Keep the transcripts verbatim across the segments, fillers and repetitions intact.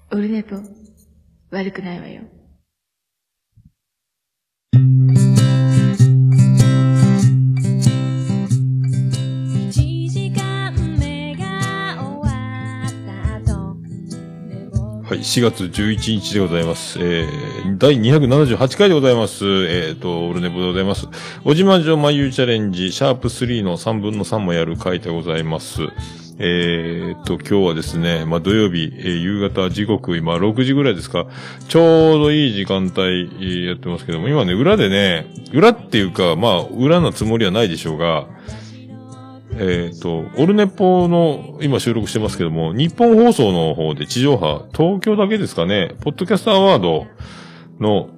オルネポ、悪くないわよ。 はい、しがつじゅういちにちでございます。えー、だいにひゃくななじゅうはちかいでございます。えーと、オルネポでございます。おじまじょまゆチャレンジ、シャープスリーのさんぶんのさんもやる回でございます。えーと、今日はですね、まあ、土曜日、えー、夕方時刻、今ろくじぐらいですか。ちょうどいい時間帯やってますけども、今ね、裏でね、裏っていうか、まあ、裏のつもりはないでしょうが、えっと、オルネポの、今収録してますけども、日本放送の方で地上波、東京だけですかね、ポッドキャストアワードの、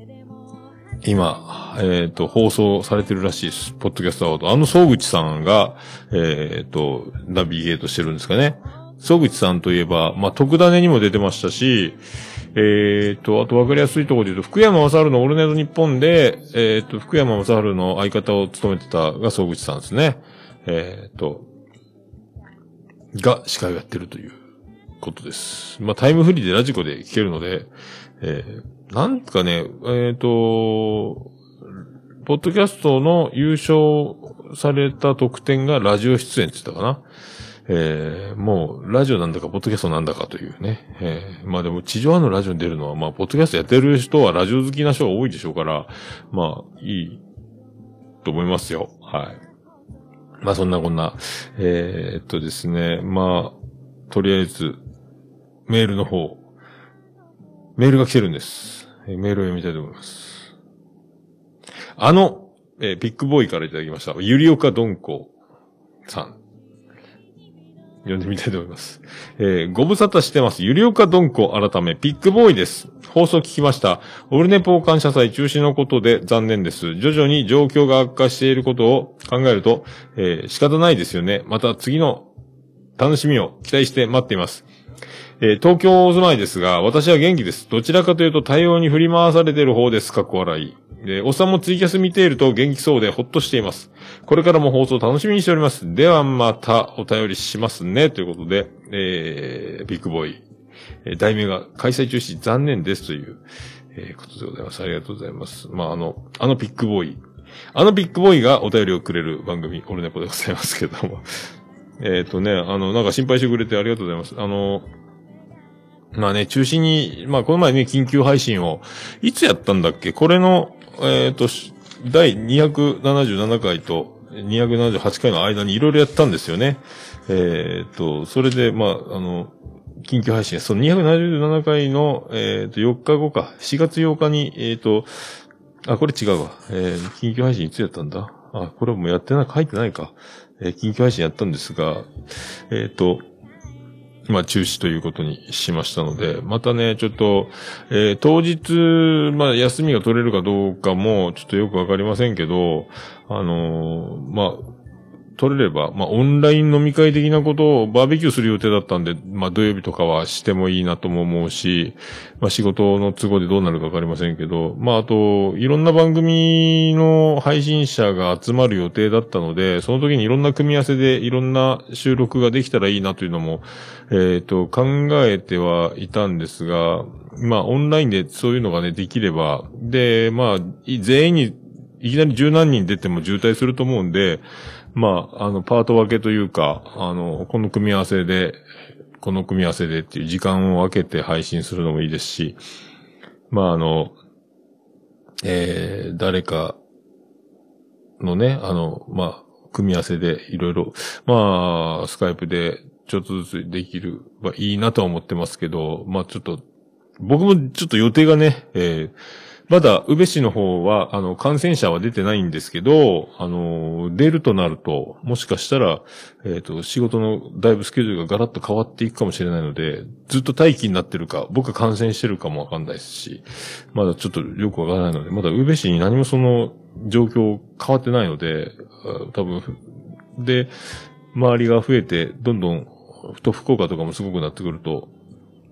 今、えっと、放送されてるらしいです。ポッドキャストアワード。あの、総口さんが、えっと、ナビゲートしてるんですかね。総口さんといえば、まあ、特ダネにも出てましたし、えっと、あとわかりやすいところで言うと、福山雅治のオールナイトニッポンで、えっと、福山雅治の相方を務めてたが総口さんですね。えっと、が司会をやってるということです。まあ、タイムフリーでラジコで聞けるので、えー、なんかね、えっと、ポッドキャストの優勝された特典がラジオ出演って言ったかな。えー、もう、ラジオなんだか、ポッドキャストなんだかというね。えー、まあでも、地上波のラジオに出るのは、まあ、ポッドキャストやってる人はラジオ好きな人が多いでしょうから、まあ、いいと思いますよ。はい。まあそんなこんな、えー、っとですね、まあ、とりあえず、メールの方、メールが来てるんです。えー、メールを読みたいと思います。あの、えー、ビッグボーイからいただきました。ゆりおかどんこさん。読んでみたいと思います。えー、ご無沙汰してます。ゆりおかどんこ改め、ビッグボーイです。放送聞きました。オルネポ感謝祭中止のことで残念です。徐々に状況が悪化していることを考えると、えー、仕方ないですよね。また次の楽しみを期待して待っています。えー、東京住まいですが、私は元気です。どちらかというと対応に振り回されている方です。かっこ笑い。で、おっさんもツイキャス見ていると元気そうでほっとしています。これからも放送楽しみにしております。ではまたお便りしますね。ということで、えー、ビッグボーイ、えー、題名が開催中止残念ですという、えー、ことでございます。ありがとうございます。まあ、あの、あのビッグボーイ、あのビッグボーイがお便りをくれる番組、オルネポでございますけども。えっとね、あの、なんか心配してくれてありがとうございます。あの、まあね、中止に、まあこの前ね、緊急配信を、いつやったんだっけ？これの、えっと、だいにひゃくななじゅうななかいとにひゃくななじゅうはちかいの間にいろいろやったんですよね。えっと、それで、まあ、あの、緊急配信、そのにひゃくななじゅうななかいの、えっと、よっかごか、しがつようかに、えっと、あ、これ違うわ。えー、緊急配信いつやったんだ？あ、これもうやってない、書いてないか。えー、緊急配信やったんですが、えっと、まあ中止ということにしましたので、またね、ちょっと、えー、当日、まあ休みが取れるかどうかも、ちょっとよくわかりませんけど、あのー、まあ、取れれば、まあオンライン飲み会的なことをバーベキューする予定だったんで、まあ土曜日とかはしてもいいなとも思うし、まあ仕事の都合でどうなるかわかりませんけど、まああと、いろんな番組の配信者が集まる予定だったので、その時にいろんな組み合わせでいろんな収録ができたらいいなというのも、えっと、考えてはいたんですが、まあオンラインでそういうのがね、できれば、で、まあ、全員にいきなり十何人出ても渋滞すると思うんで、まあ、あの、パート分けというか、あの、この組み合わせで、この組み合わせでっていう時間を分けて配信するのもいいですし、まあ、あの、えー、誰かのね、あの、まあ、組み合わせでいろいろ、まあ、スカイプでちょっとずつできるはいいなとは思ってますけど、まあちょっと、僕もちょっと予定がね、えー、まだ、宇部市の方は、あの、感染者は出てないんですけど、あの、出るとなると、もしかしたら、えっと、仕事のだいぶスケジュールがガラッと変わっていくかもしれないので、ずっと待機になってるか、僕が感染してるかもわかんないですし、まだちょっとよくわからないので、まだ宇部市に何もその状況変わってないので、多分、で、周りが増えて、どんどん、と福岡とかもすごくなってくると、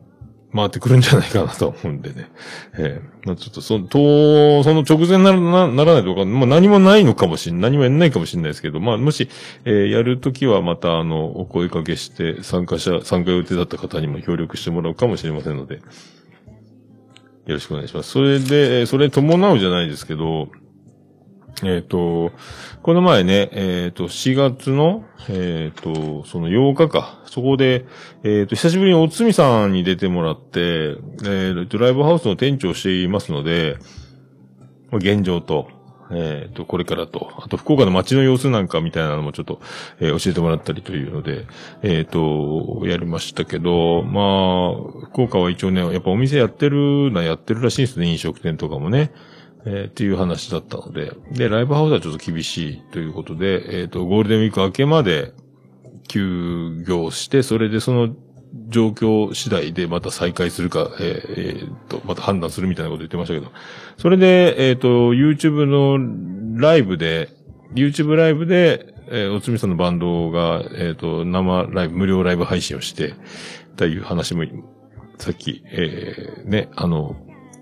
回ってくるんじゃないかなと思うんでね。えー、まあちょっとそ、と、その直前にならな、ならないとか、まあ何もないのかもしん、何もやんないかもしれないですけど、まあもし、えー、やるときはまたあの、お声掛けして参加者、参加予定だった方にも協力してもらうかもしれませんので、よろしくお願いします。それで、それに伴うじゃないですけど、えっと、この前ね、えっと、しがつの、えっと、そのようかか。そこで、えっと、久しぶりにおつみさんに出てもらって、えっと、ライブハウスの店長をしていますので、現状と、えっと、これからと、あと福岡の街の様子なんかみたいなのもちょっと、えー、教えてもらったりというので、えっと、やりましたけど、まあ、福岡は一応ね、やっぱお店やってるな、やってるらしいんですね、飲食店とかもね。えー、っていう話だったので。で、ライブハウスはちょっと厳しいということで、えっと、ゴールデンウィーク明けまで休業して、それでその状況次第でまた再開するか、えー、えー、と、また判断するみたいなこと言ってましたけど。それで、えっと、YouTube のライブで、YouTube ライブで、えー、おつみさんのバンドが、えっと、生ライブ、無料ライブ配信をして、という話も、さっき、えー、ね、あの、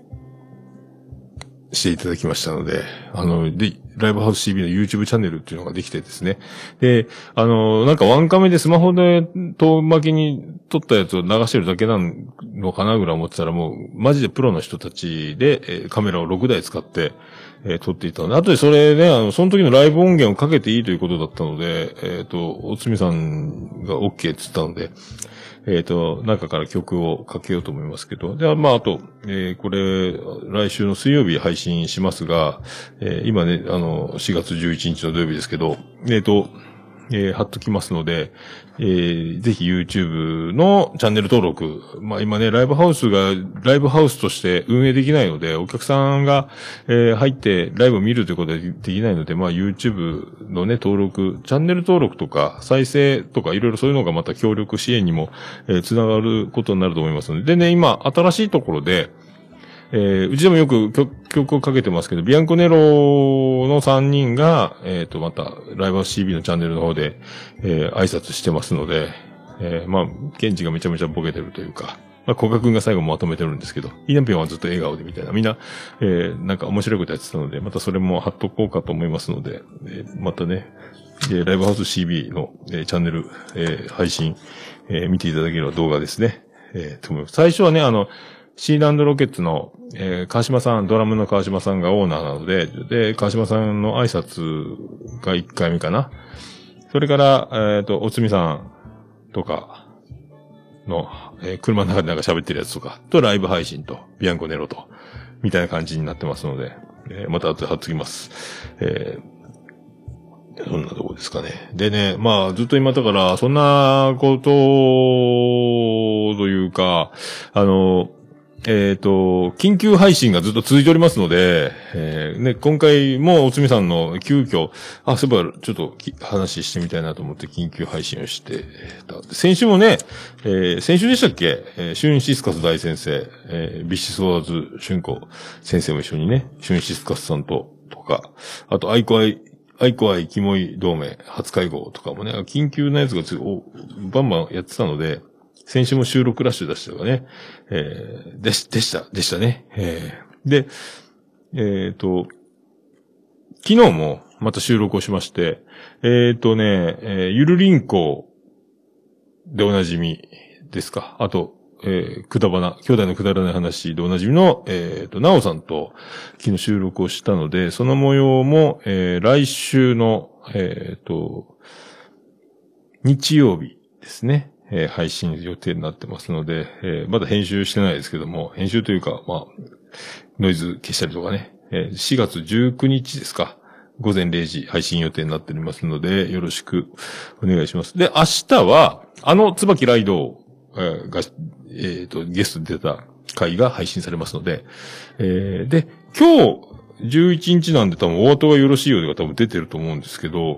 していただきましたので、あの、で、ライブハウス シービー の YouTube チャンネルっていうのができてですね。で、あの、なんかワンカメでスマホで遠巻きに撮ったやつを流してるだけなのかなぐらい思ってたらもう、マジでプロの人たちで、えー、カメラをろくだい使って、えー、撮っていたので、あとでそれね、あの、その時のライブ音源をかけていいということだったので、えっと、おつみさんが OK って言ったので、えっと、中から曲をかけようと思いますけど。で、まあ、あと、えー、これ、来週の水曜日配信しますが、えー、今ね、あの、しがつじゅういちにちの土曜日ですけど、えっと、えー、貼っときますので、えー、ぜひ YouTube のチャンネル登録。まあ今ね、ライブハウスが、ライブハウスとして運営できないので、お客さんが、えー、入ってライブを見るということはできないので、まあ YouTube のね、登録、チャンネル登録とか、再生とかいろいろそういうのがまた協力支援にも、えー、つながることになると思いますので。でね、今、新しいところで、えー、うちでもよく曲曲をかけてますけど、ビアンコネロのさんにんが、えっと、また、ライブハウス シービー のチャンネルの方で、えー、挨拶してますので、えー、まあ、ケンジがめちゃめちゃボケてるというか、まあ、コカ君が最後まとめてるんですけど、イナピョンはずっと笑顔でみたいな、みんな、えー、なんか面白いことやってたので、またそれも貼っとこうかと思いますので、えー、またね、えー、ライブハウス シービー の、えー、チャンネル、えー、配信、えー、見ていただければ動画ですね。えー、と思います。最初はね、あの、シーランドロケッツの、えー、川島さん、ドラムの川島さんがオーナーなので、で、川島さんの挨拶がいっかいめかな。それから、えっと、おつみさんとかの、えー、車の中でなんか喋ってるやつとか、とライブ配信と、ビアンコネロと、みたいな感じになってますので、えー、また後で貼っときます。えー、そんなとこですかね。でね、まあ、ずっと今だから、そんなこと、というか、あの、えっと、緊急配信がずっと続いておりますので、えー、ね、今回もおつみさんの急遽、あ、そういえばちょっと話してみたいなと思って緊急配信をしてた。先週もね、えー、先週でしたっけ、えー、シュンシスカス大先生、えー、ビシソワーズシュンコ先生も一緒にね、シュンシスカスさんと、とか、あと、アイコアイ、アイコアイキモイ同盟初会合とかもね、緊急なやつがつおバンバンやってたので、先週も収録ラッシュでしたがね。えー、でし、でした、でしたね。えー、で、えっと、昨日もまた収録をしまして、えっとね、えー、ゆるりんこでおなじみですか。あと、えー、くだばな、兄弟のくだらない話でおなじみの、えっと、なおさんと昨日収録をしたので、その模様も、えー、来週の、えっと、日曜日ですね。えー、配信予定になってますので、えー、まだ編集してないですけども、編集というか、まあ、ノイズ消したりとかね、えー、しがつじゅうくにちですか、ごぜんれいじ配信予定になっておりますので、よろしくお願いします。で、明日は、あの、椿ライド、えー、が、えっと、ゲストで出た回が配信されますので、えー、で、今日、じゅういちにちなんで多分お後がよろしいようでが多分出てると思うんですけど、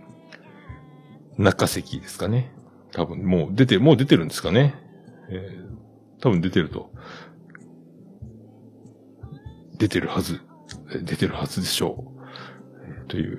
中関ですかね。多分、もう出て、もう出てるんですかね。えー、多分出てると。出てるはず。出てるはずでしょう。えー、という、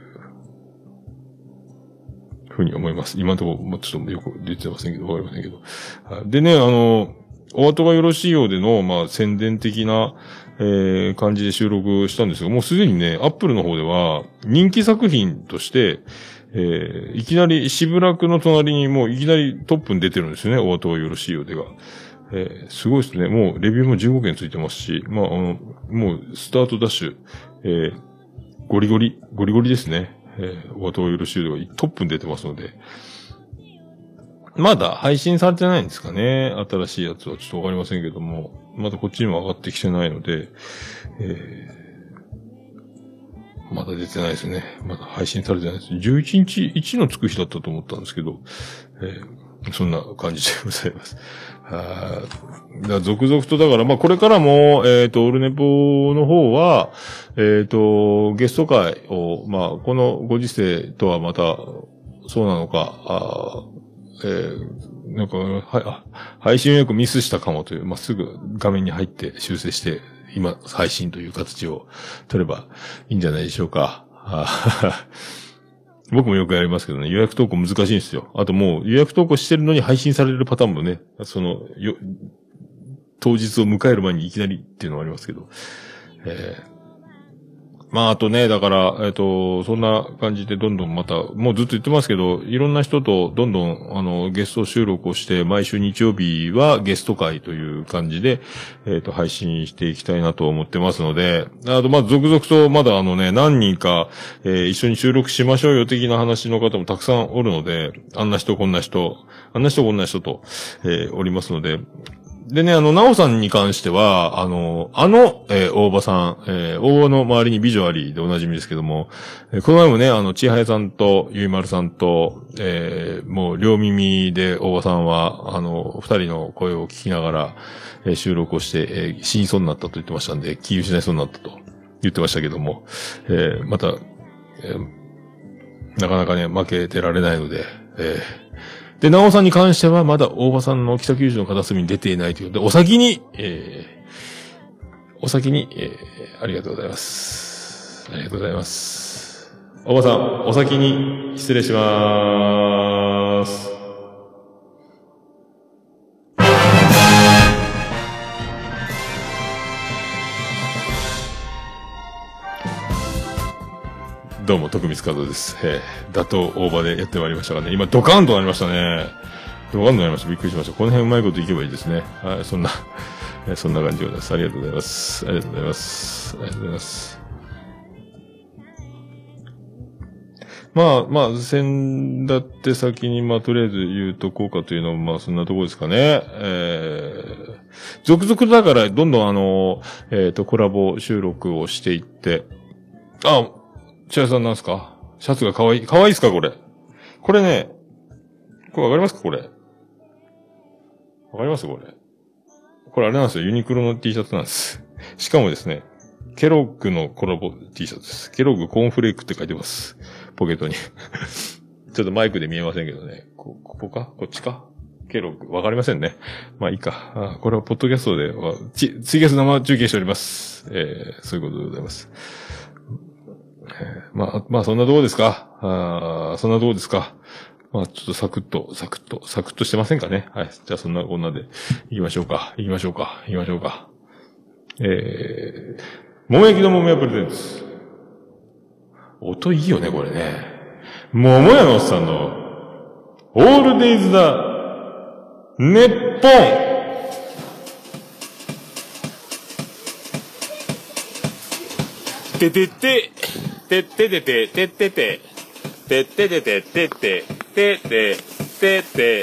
ふうに思います。今のところ、もうちょっとよく出てませんけど、わかりませんけど。でね、あの、 お後がよろしいようでの、まあ、宣伝的な、えー、感じで収録したんですが、もうすでにね、アップルの方では、人気作品として、えー、いきなり、しぶらくの隣にもういきなりトップに出てるんですよね、お後がよろしいようでが。えー、すごいですね。もう、レビューもじゅうごけんついてますし、まあ、あの、もう、スタートダッシュ、えー、ゴリゴリ、ゴリゴリですね。えー、お後がよろしいようでがトップに出てますので、まだ配信されてないんですかね。新しいやつはちょっとわかりませんけども。まだこっちにも上がってきてないので、えー、まだ出てないですね。まだ配信されてないです。じゅういちにち、いちのつく日だったと思ったんですけど、えー、そんな感じでございます。あだから続々と、だから、まあ、これからも、えっと、オルネポの方は、えっと、ゲスト会を、まあ、このご時世とはまた、そうなのか、あえー、なんか、は、配信予約ミスしたかもという、まあ、すぐ画面に入って修正して、今、配信という形を取ればいいんじゃないでしょうか。僕もよくやりますけどね、予約投稿難しいんですよ。あともう予約投稿してるのに配信されるパターンもね、その、よ、当日を迎える前にいきなりっていうのはありますけど、えーまあ、あとね、だから、えっと、そんな感じでどんどんまた、もうずっと言ってますけど、いろんな人とどんどん、あの、ゲスト収録をして、毎週日曜日はゲスト会という感じで、えっと、配信していきたいなと思ってますので、あと、まあ、続々とまだあのね、何人か、えー、一緒に収録しましょうよ的な話の方もたくさんおるので、あんな人こんな人、あんな人こんな人と、えー、おりますので、でね、あの、なおさんに関しては、あの、あの、えー、大場さん、えー、大場の周りに美女ありでおなじみですけども、えー、この前もね、あの、ちはやさんと、ゆいまるさんと、えー、もう、両耳で大場さんは、あの、二人の声を聞きながら、えー、収録をして、えー、死にそうになったと言ってましたんで、気失いそうになったと言ってましたけども、えー、また、えー、なかなかね、負けてられないので、えー、で、なおさんに関しては、まだ大場さんの北九州の片隅に出ていないということで、お先に、えー、お先に、えー、ありがとうございます。ありがとうございます。大場さん、お先に失礼しまーす。どうも、徳光和夫です。えー、打倒大場でやってまいりましたがね、今ドカーンとなりましたね。ドカーンとなりました。びっくりしました。この辺うまいこといけばいいですね。はい、そんな、えー、そんな感じでございます。ありがとうございます。ありがとうございます。ありがとうございます。まあ、まあ、先だって先に、まあ、とりあえず言うとこうかというのも、まあ、そんなところですかね。えー、続々だから、どんどんあの、えっと、コラボ収録をしていって、あ、千谷さんなんすか？シャツが可愛い。可愛いっすかこれ。これね、これわかりますかこれ。わかりますこれ。これあれなんですよ。ユニクロの T シャツなんです。しかもですね、ケロッグのコラボ T シャツです。ケロッグコーンフレークって書いてます。ポケットに。ちょっとマイクで見えませんけどね。こ、ここかこっちかケロッグ。わかりませんね。まあいいか。あ、これはポッドキャストで、ち、ツイキャス生中継しております。えー、そういうことでございます。まあ、まあ、そんなとこですか。あそんなとこですか。まあ、ちょっとサクッと、サクッと、サクッとしてませんかね。はい。じゃあ、そんなこんなで、行きましょうか。行きましょうか。行きましょうか。えー、桃焼きの桃屋プレゼンツ。音いいよね、これね。桃屋のおっさんの、オールデイズだ、ネッポンててて、てっててて、てってて、てっててて、てって、てって、てって、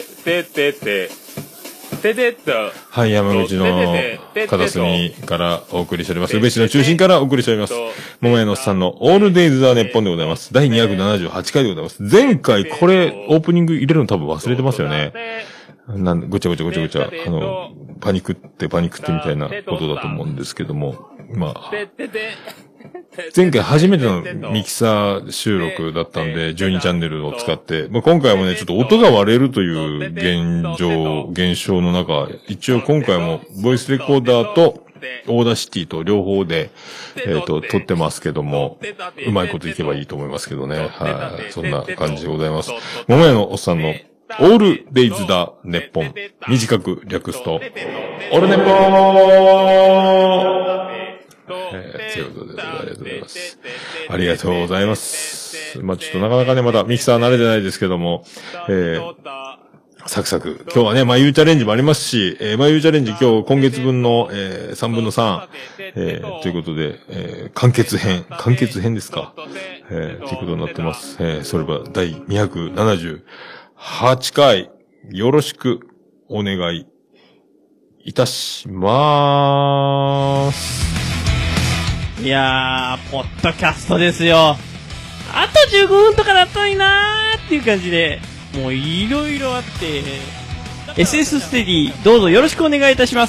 てってて、ててっと。はい、山口の片隅からお送りしております。宇部市の中心からお送りしております。桃屋のおっさんのオールデイズ・ザ・ネッポンでございます。だいにひゃくななじゅうはちかいでございます。前回これオープニング入れるの多分忘れてますよね。なんで、ごちゃごちゃごちゃごちゃ、あの、パニックってパニックってみたいなことだと思うんですけども、まあ、前回初めてのミキサー収録だったんで、じゅうにチャンネルを使って、まあ、今回もね、ちょっと音が割れるという現状、現象の中、一応今回もボイスレコーダーとオーダーシティと両方で、えっと、撮ってますけども、うまいこといけばいいと思いますけどね。はい、そんな感じでございます。桃屋のおっさんのオールデイズだネッポン。短く略すと、オルネポー、えー、ということで、ありがとうございます。ありがとうございます。まあ、ちょっとなかなかね、まだミキサー慣れてないですけども、えー、サクサク。今日はね、まゆチャレンジもありますし、えー、まゆチャレンジ今日今月分の、えー、さんぶんのさん、えー、ということで、えー、完結編、完結編ですか。えー、ということになってます。えー、それは第にひゃくななじゅうはちかい、よろしくお願いいたしまーす。 いやー、ポッドキャストですよ。あとじゅうごふんとかだったのになーっていう感じで、もういろいろあって、エスエス ステディ、どうぞよろしくお願いいたします。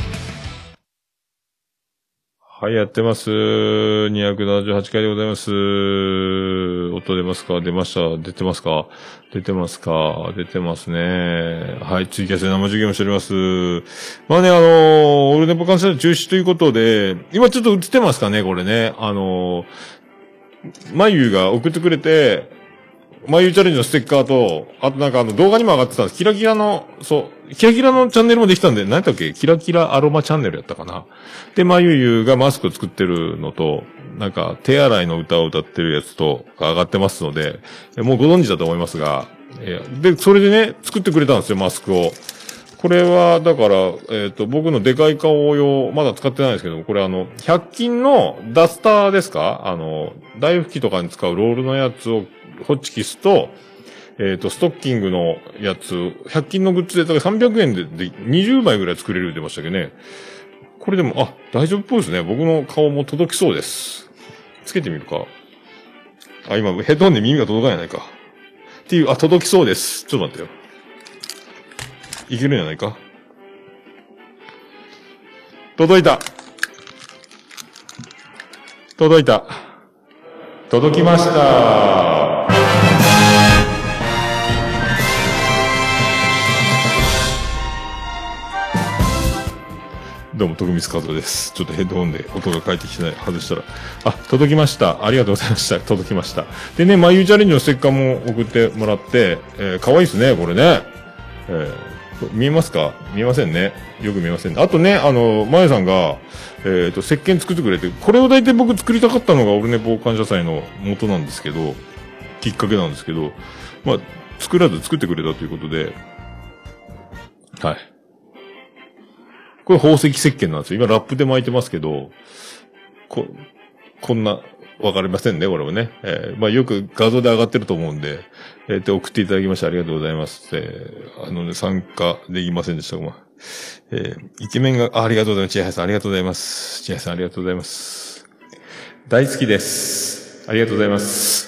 はい、やってます。にひゃくななじゅうはちかいでございます。音出ますか？出ました？出てますか？出てますか？出てますね。はい、ツイキャスで生授業もしております。まあね、あのー、オルネポ関西中止ということで、今ちょっと映ってますかね、これね。あのー、まゆが送ってくれて、まゆチャレンジのステッカーと、あとなんかあの動画にも上がってたんです。キラキラの、そう、キラキラのチャンネルもできたんで、何だっけ？キラキラアロマチャンネルやったかな。で、まゆゆがマスク作ってるのと、なんか手洗いの歌を歌ってるやつと、が上がってますので、もうご存知だと思いますが、えー、で、それでね、作ってくれたんですよ、マスクを。これは、だから、えっと、僕のでかい顔用、まだ使ってないんですけど、これあの、ひゃく均のダスターですか？あの、台拭きとかに使うロールのやつを、ホッチキスと、えっと、ストッキングのやつ、ひゃく均のグッズで、だからさんびゃくえんででにじゅうまいぐらい作れるって言ってましたけどね。これでも、あ、大丈夫っぽいですね。僕の顔も届きそうです。つけてみるか。あ、今、ヘッドホンで耳が届かないないか。っていう、あ、届きそうです。ちょっと待ってよ。いけるんじゃないか。届いた。届いた。届きました。どうも、徳光和夫です。ちょっとヘッドホンで音が返ってきてない、外したら。あ、届きました。ありがとうございました。届きました。でね、まゆチャレンジのステッカーも送ってもらって、えー、かわいいですね、これね。えー、見えますか？見えませんね。よく見えませんね。あとね、あの、まゆさんが、えっと、石鹸作ってくれて、これを大体僕作りたかったのがオルネポ感謝祭の元なんですけど、きっかけなんですけど、まあ、作らず作ってくれたということで、はい。これ宝石石鹸なんですよ。今ラップで巻いてますけど、こ、こんな、わかりませんね、これもね。えー、まあよく画像で上がってると思うんで、えー、で、送っていただきましてありがとうございます。えー、あのね、参加できませんでしたが、まあ、えー、イケメンが、あ、ありがとうございます。千早さんありがとうございます。千早さんありがとうございます。大好きです。ありがとうございます。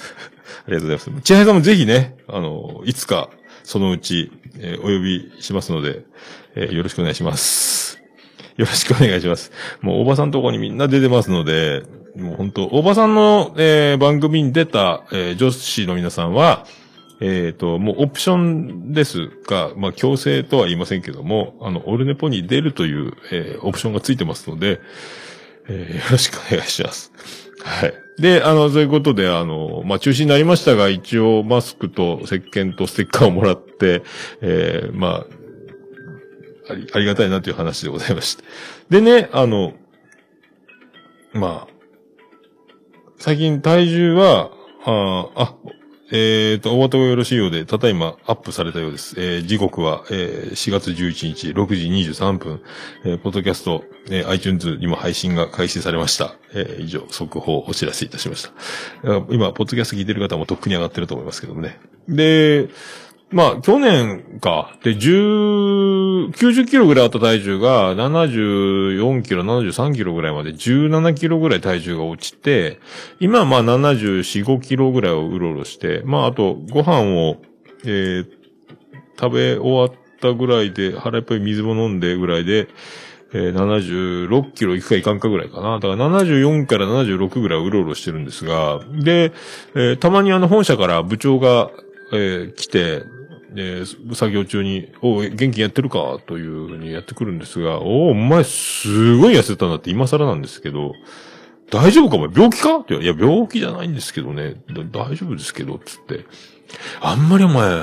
ありがとうございます。千早さんもぜひね、あの、いつか、そのうち、えー、お呼びしますので、えー、よろしくお願いします。よろしくお願いします。もうおばさんとこにみんな出てますので、もう本当おばさんの、えー、番組に出た、えー、女子の皆さんは、えっと、もうオプションですが、まあ強制とは言いませんけども、あの、オルネポに出るという、えー、オプションがついてますので、えー、よろしくお願いします。はい。で、あの、そういうことで、あの、まあ中止になりましたが、一応マスクと石鹸とステッカーをもらって、えー、まあ、あり、ありがたいなという話でございました。でね、あの、まあ、最近体重は、あ、あ、えっと、お後がよろしいようで、ただいまアップされたようです。えー、時刻は、えー、しがつじゅういちにち、ろくじにじゅうさんぷん、えー、ポッドキャスト、えー、iTunes にも配信が開始されました。えー、以上、速報をお知らせいたしました。今、ポッドキャスト聞いてる方もとっくに上がってると思いますけどもね。で、まあ、去年か。で、じゅう、きゅうじゅっキロぐらいあった体重が、ななじゅうよんキロ、ななじゅうさんキロぐらいまで、じゅうななキロぐらい体重が落ちて、今はまあななじゅうよん、ごキロぐらいをうろうろして、まあ、あと、ご飯を、えー、食べ終わったぐらいで、腹いっぱい水も飲んでぐらいで、えー、ななじゅうろっキロいくかいかんかぐらいかな。だからななじゅうよんからななじゅうろくぐらいをうろうろしてるんですが、で、えー、たまにあの本社から部長が、えー、来て、で、作業中に、お元気やってるかというふうにやってくるんですが、おお前すごい痩せたんだって今更なんですけど、大丈夫かお前病気かっていや、病気じゃないんですけどね、大丈夫ですけど、つって。あんまりお前、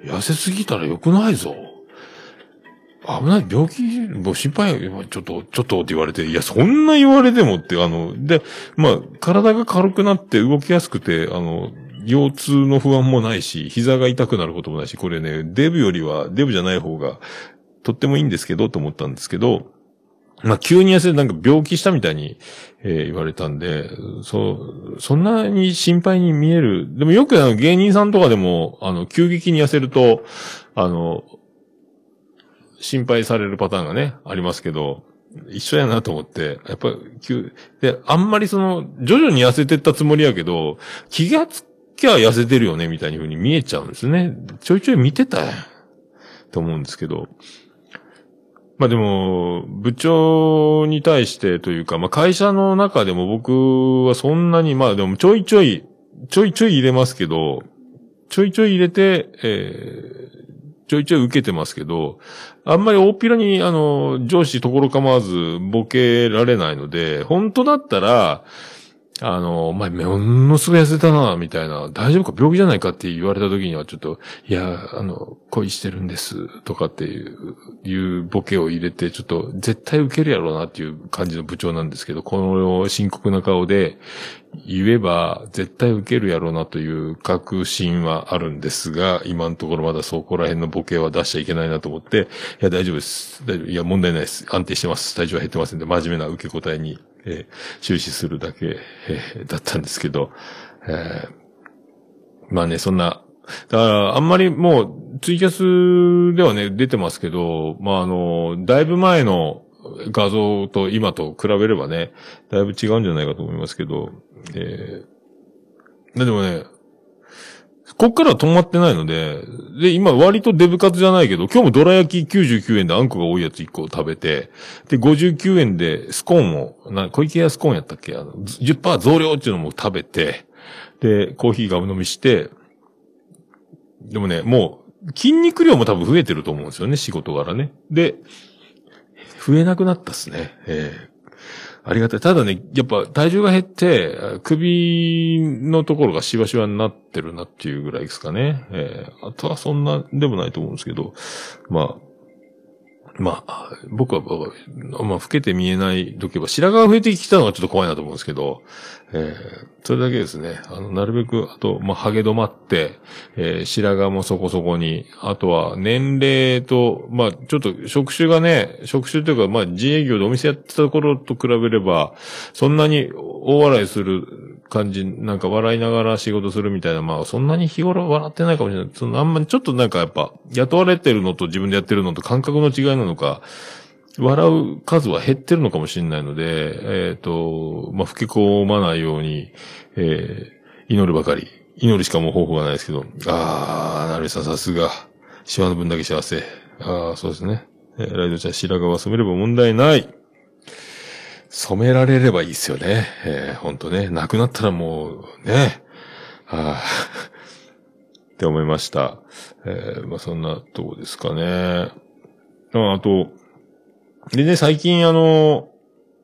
痩せすぎたら良くないぞ。危ない、病気、もう心配、ちょっと、ちょっとって言われて、いや、そんな言われてもって、あの、で、まあ、体が軽くなって動きやすくて、あの、腰痛の不安もないし、膝が痛くなることもないし、これね、デブよりは、デブじゃない方が、とってもいいんですけど、と思ったんですけど、まあ、急に痩せてなんか病気したみたいに、えー、言われたんで、そう、そんなに心配に見える。でもよくあの芸人さんとかでも、あの、急激に痩せると、あの、心配されるパターンがね、ありますけど、一緒やなと思って、やっぱ、急、で、あんまりその、徐々に痩せてったつもりやけど、気がつきゃ痩せてるよね、みたいに風に見えちゃうんですね。ちょいちょい見てたと思うんですけど。まあでも、部長に対してというか、まあ会社の中でも僕はそんなに、まあでもちょいちょい、ちょいちょい入れますけど、ちょいちょい入れて、えー、ちょいちょい受けてますけど、あんまり大っぴらに、あの、上司ところ構わずボケられないので、本当だったら、あの、お前、ものすごい痩せたな、みたいな、大丈夫か病気じゃないかって言われた時にはちょっと、いや、あの、恋してるんです、とかっていう、いうボケを入れて、ちょっと、絶対受けるやろうなっていう感じの部長なんですけど、この深刻な顔で言えば、絶対受けるやろうなという確信はあるんですが、今のところまだそこら辺のボケは出しちゃいけないなと思って、いや、大丈夫です。大丈夫。いや、問題ないです。安定してます。体重は減ってますんで、真面目な受け答えに、えー、終始するだけ、えー、だったんですけど、えー、まあね、そんな、だからあんまりもうツイキャスではね出てますけど、まああのだいぶ前の画像と今と比べればね、だいぶ違うんじゃないかと思いますけど、えー、でもね、こっからは止まってないので、で、今割とデブ活じゃないけど、今日もドラ焼ききゅうじゅうきゅうえんであんこが多いやついっこ食べて、で、ごじゅうきゅうえんでスコーンを、な、小池屋スコーンやったっけあの、じゅっパーセント 増量っていうのも食べて、で、コーヒーガブ飲みして、でもね、もう、筋肉量も多分増えてると思うんですよね、仕事柄ね。で、増えなくなったっすね。えーありがたい。ただね、やっぱ体重が減って、首のところがシワシワになってるなっていうぐらいですかね。えー、あとはそんなでもないと思うんですけど、まあ、まあ、僕は、まあ、老けて見えない時は、白髪が増えてきたのがちょっと怖いなと思うんですけど、えー、それだけですね。あの、なるべく、あと、まあ、ハゲ止まって、えー、白髪もそこそこに、あとは、年齢と、まあ、ちょっと、職種がね、職種というか、まあ、自営業でお店やってた頃と比べれば、そんなに大笑いする感じ、なんか笑いながら仕事するみたいな、まあ、そんなに日頃笑ってないかもしれない。その、あんまり、ちょっとなんかやっぱ、雇われてるのと自分でやってるのと感覚の違いなのか、笑う数は減ってるのかもしれないので、えっと、まあ、吹き込まないように、えー、祈るばかり。祈るしかもう方法がないですけど、あー、なるさんさすが、シワの分だけ幸せ。あー、そうですね。えー、ライドちゃん白髪は染めれば問題ない。染められればいいですよね。えー、ほんとね。なくなったらもう、ね。あー、って思いました。えー、まあ、そんなとこですかね。あと、でね、最近あの、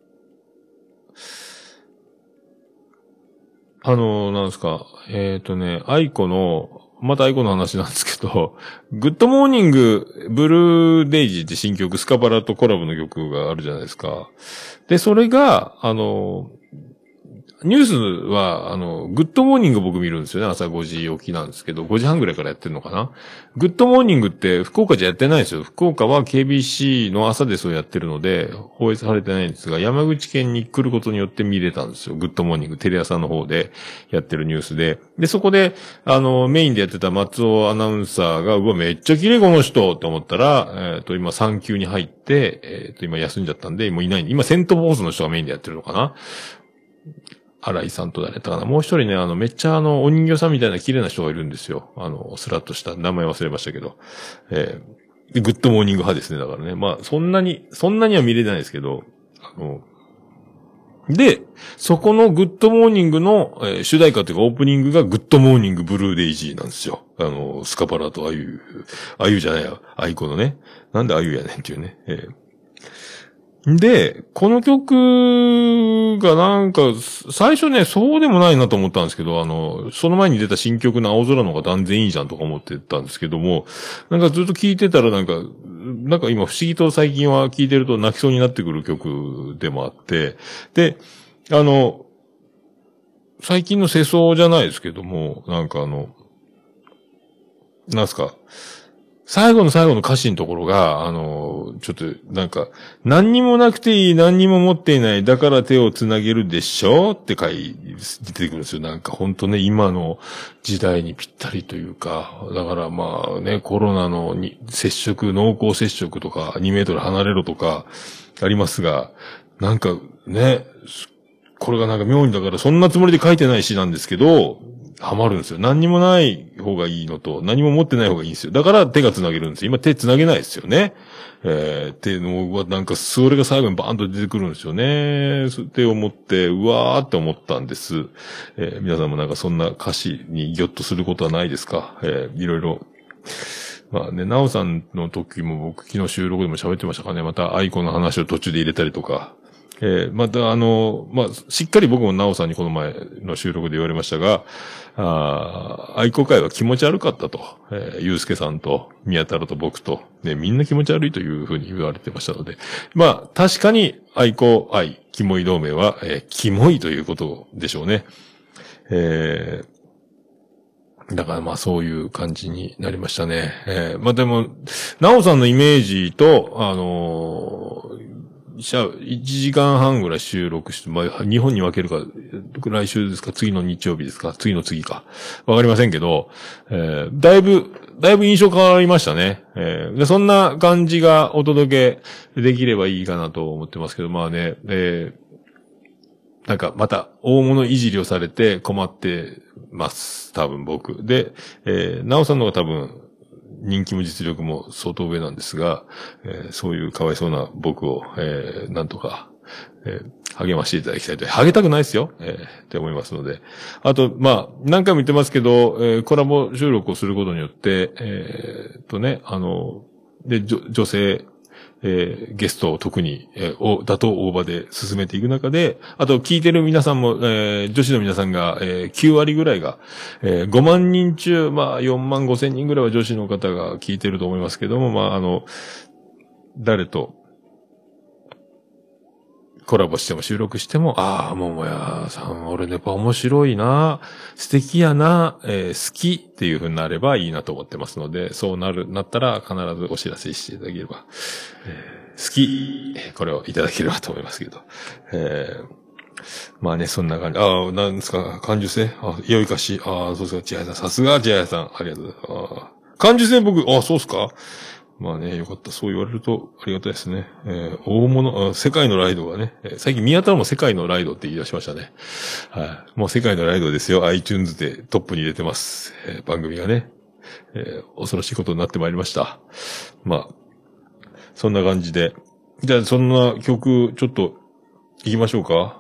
あの、なんですか、えっとね、アイコの、またアイコの話なんですけど、グッドモーニング、ブルーデイジーって新曲、スカパラとコラボの曲があるじゃないですか。で、それが、あの、ニュースは、あの、グッドモーニング僕見るんですよね。朝ごじ起きなんですけど、ごじはんぐらいからやってるのかな。グッドモーニングって福岡じゃやってないんですよ。福岡は ケービーシー の朝でそうやってるので、放映されてないんですが、山口県に来ることによって見れたんですよ。グッドモーニング、テレ朝の方でやってるニュースで。で、そこで、あの、メインでやってた松尾アナウンサーが、うわ、めっちゃ綺麗この人って思ったら、えっと、今産休に入って、えっと、今休んじゃったんで、もういない。今、セントボーズの人がメインでやってるのかな。新井さんと誰だったかな。もう一人ね、あの、めっちゃあの、お人形さんみたいな綺麗な人がいるんですよ。あの、スラッとした名前忘れましたけど。えー、グッドモーニング派ですね。だからね。まあ、そんなに、そんなには見れないですけど、あの、で、そこのグッドモーニングの、えー、主題歌というかオープニングがグッドモーニングブルーデイジーなんですよ。あの、スカパラとあゆ、あゆじゃないや、アイコのね。なんであゆやねんっていうね。えーで、この曲がなんか、最初ね、そうでもないなと思ったんですけど、あの、その前に出た新曲の青空の方が断然いいじゃんとか思ってたんですけども、なんかずっと聴いてたらなんか、なんか今不思議と最近は聴いてると泣きそうになってくる曲でもあって、で、あの、最近の世相じゃないですけども、なんかあの、なんすか、最後の最後の歌詞のところが、あの、ちょっと、なんか、何にもなくていい、何にも持っていない、だから手をつなげるでしょって書い出てくるんですよ。なんか、ほんとね、今の時代にぴったりというか、だからまあね、コロナのに接触、濃厚接触とか、にメートル離れろとか、ありますが、なんかね、これがなんか妙にだから、そんなつもりで書いてない詩なんですけど、ハマるんですよ。何にもない方がいいのと、何も持ってない方がいいんですよ。だから手が繋げるんですよ。今手繋げないですよね。えー、っていうのは、なんかそれが最後にバーンと出てくるんですよね。って思って、うわーって思ったんです。えー、皆さんもなんかそんな歌詞にギョッとすることはないですか？えー、いろいろ。まあね、なおさんの時も僕昨日収録でも喋ってましたかね。またアイコンの話を途中で入れたりとか。えー、またあの、まあ、しっかり僕もなおさんにこの前の収録で言われましたが、ああ、愛好会は気持ち悪かったと、えー、ゆうすけさんと、宮太郎と僕と、ね、みんな気持ち悪いというふうに言われてましたので、まあ、確かに愛好愛、キモい同盟は、えー、キモいということでしょうね。えー、だからまあそういう感じになりましたね。えー、まあでも、なおさんのイメージと、あのー、いちじかんはんぐらい収録して、まあ、日本に分けるか、来週ですか、次の日曜日ですか、次の次か。わかりませんけど、えー、だいぶ、だいぶ印象変わりましたね。えー、でそんな感じがお届けできればいいかなと思ってますけど、まあね、えー、なんかまた大物いじりをされて困ってます。多分僕。で、えー、なおさんの方が多分、人気も実力も相当上なんですが、えー、そういうかわいそうな僕を、えー、なんとか、えー、励ましていただきたいと。励たくないですよ、えー、って思いますので。あと、まあ、何回も言ってますけど、えー、コラボ収録をすることによって、えー、とね、あの、で、女性、えー、ゲストを特に、えー、お、打倒大場で進めていく中で、あと聞いてる皆さんも、えー、女子の皆さんが、えー、きゅうわりぐらいが、えー、ごまんにん中、まあ、よんまんごせんにんぐらいは女子の方が聞いてると思いますけども、まあ、あの、誰と、コラボしても収録しても、ああ、ももやさん、俺やっぱ面白いな、素敵やな、えー、好きっていう風になればいいなと思ってますので、そうなる、なったら必ずお知らせしていただければ、えー、好き、これをいただければと思いますけど、えー、まあね、そんな感じ。ああ、なんですか、感受性あ、良いかし。ああ、そうですか、千早さん。さすが、千早さん。ありがとうございます。あ感受性僕、ああ、そうですか。まあね、よかった。そう言われるとありがたいですね。えー、大物、世界のライドがね、えー、最近宮田も世界のライドって言い出しましたね。はい。もう世界のライドですよ。iTunes でトップに入れてます。えー、番組がね、えー。恐ろしいことになってまいりました。まあ、そんな感じで。じゃあ、そんな曲、ちょっと、行きましょうか。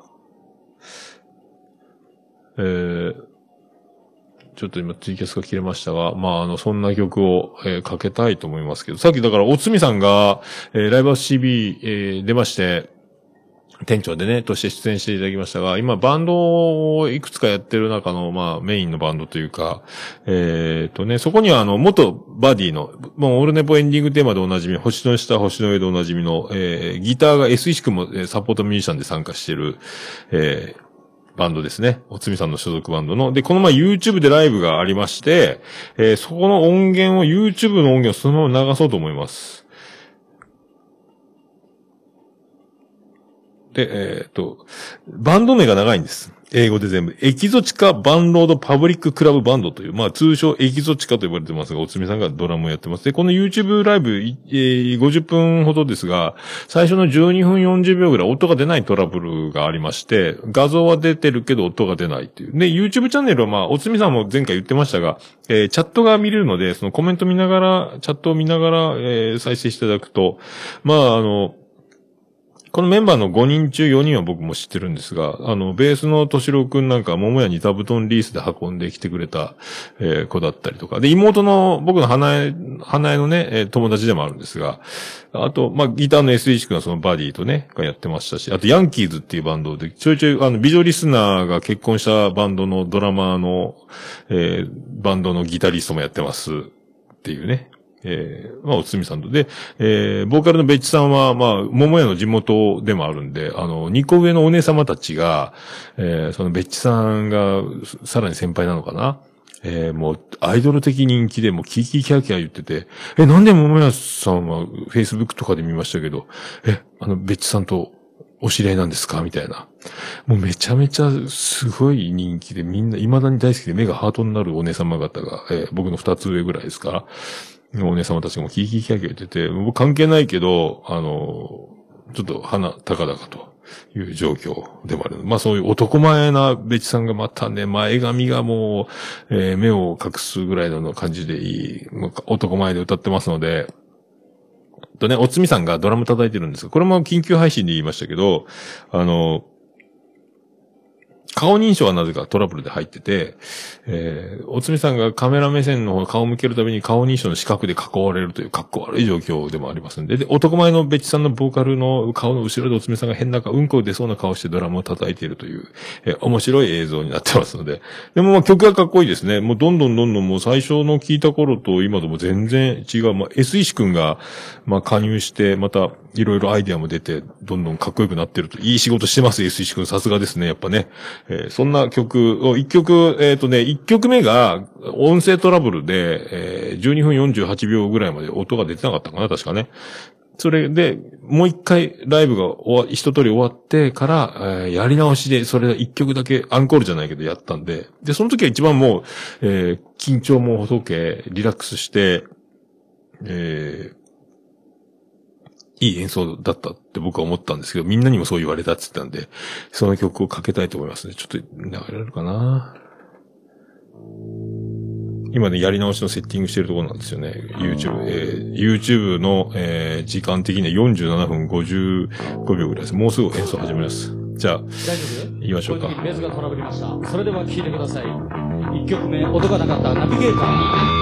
えー、ちょっと今ツイキャスが切れましたが、まあ、あの、そんな曲を、えー、かけたいと思いますけど、さっきだから、おつみさんが、えー、ライブハウス シービー、えー、出まして、店長でね、として出演していただきましたが、今、バンドをいくつかやってる中の、まあ、メインのバンドというか、えーとね、そこにはあの、元バディの、もう、オルネポエンディングテーマでおなじみ、星の下、星の上でおなじみの、えー、ギターが エス 石くも、えー、サポートミュージシャンで参加している、えー、バンドですね。おつみさんの所属バンドの。で、この前 YouTube でライブがありまして、えー、そこの音源を YouTube の音源をそのまま流そうと思います。で、えっと、バンド名が長いんです。英語で全部。エキゾチカバンロードパブリッククラブバンドという、まあ通称エキゾチカと呼ばれてますが、おつみさんがドラムをやってます。で、この YouTube ライブ、えー、ごじゅっぷんほどですが、最初のじゅうにふんよんじゅうびょうぐらい音が出ないトラブルがありまして、画像は出てるけど音が出ないっていう。で、YouTube チャンネルはまあ、おつみさんも前回言ってましたが、えー、チャットが見れるので、そのコメント見ながら、チャットを見ながら、えー、再生していただくと、まああの、 このメンバーのごにん中よにんは僕も知ってるんですが、あの、ベースの敏郎くんなんか、桃屋に座布団リースで運んできてくれた、えー、子だったりとか。で、妹の、僕の花江、花江のね、えー、友達でもあるんですが、あと、まあ、ギターの エスイー 君はそのバディとね、がやってましたし、あと、ヤンキーズっていうバンドで、ちょいちょい、あの、美女リスナーが結婚したバンドのドラマーの、えー、バンドのギタリストもやってますっていうね。えー、まあ、おつみさんと。で、えー、ボーカルのベッチさんは、まあ、桃屋の地元でもあるんで、あの、二個上のお姉様たちが、えー、そのベッチさんが、さらに先輩なのかな。えー、もう、アイドル的人気で、もう、キーキーキャーキャー言ってて、え、なんで桃屋さんは、フェイスブックとかで見ましたけど、え、あの、ベッチさんと、お知り合いなんですかみたいな。もうめちゃめちゃすごい人気で、みんな未だに大好きで目がハートになるお姉様方が、えー、僕の二つ上ぐらいですか。お姉様たちがもうキーキーキャーキャー言ってて、僕関係ないけど、あの、ちょっと鼻高々という状況でもある。まあそういう男前なベチさんがまたね、前髪がもう、えー、目を隠すぐらいの感じでいい、男前で歌ってますので、とね、おつみさんがドラム叩いてるんですが、これも緊急配信で言いましたけど、あの、顔認証はなぜかトラブルで入ってて、えー、おつみさんがカメラ目線の方顔を向けるたびに顔認証の四角で囲われるというかっこ悪い状況でもありますんで、で、男前のベッチさんのボーカルの顔の後ろでおつみさんが変なうんこ出そうな顔してドラムを叩いているという、えー、面白い映像になってますので、でもまあ曲がかっこいいですね。もうどんどんどんどんもう最初の聞いた頃と今とも全然違う。まあ、S 石くんが、まあ加入して、またいろいろアイデアも出て、どんどんかっこよくなってると、いい仕事してます、S 石くん。さすがですね、やっぱね。えー、そんな曲を、一曲、えっとね、一曲目が音声トラブルで、えー、じゅうにふんよんじゅうはちびょうぐらいまで音が出てなかったかな、確かね。それで、もう一回ライブが終わ、一通り終わってから、えー、やり直しで、それ一曲だけアンコールじゃないけどやったんで、で、その時は一番もう、えー、緊張もほどけ、リラックスして、えー、いい演奏だったって僕は思ったんですけど、みんなにもそう言われたって言ったんで、その曲をかけたいと思いますね。ちょっと流れられるかな。今ね、やり直しのセッティングしてるところなんですよね。YouTube、えー、YouTube の、えー、時間的にはよんじゅうななふんごじゅうごびょうぐらいです。もうすぐ演奏始めます。じゃあ、言いましょうか。 ベースがトラブりました。それでは聴いてください。いっきょくめ、音がなかったナビゲーター。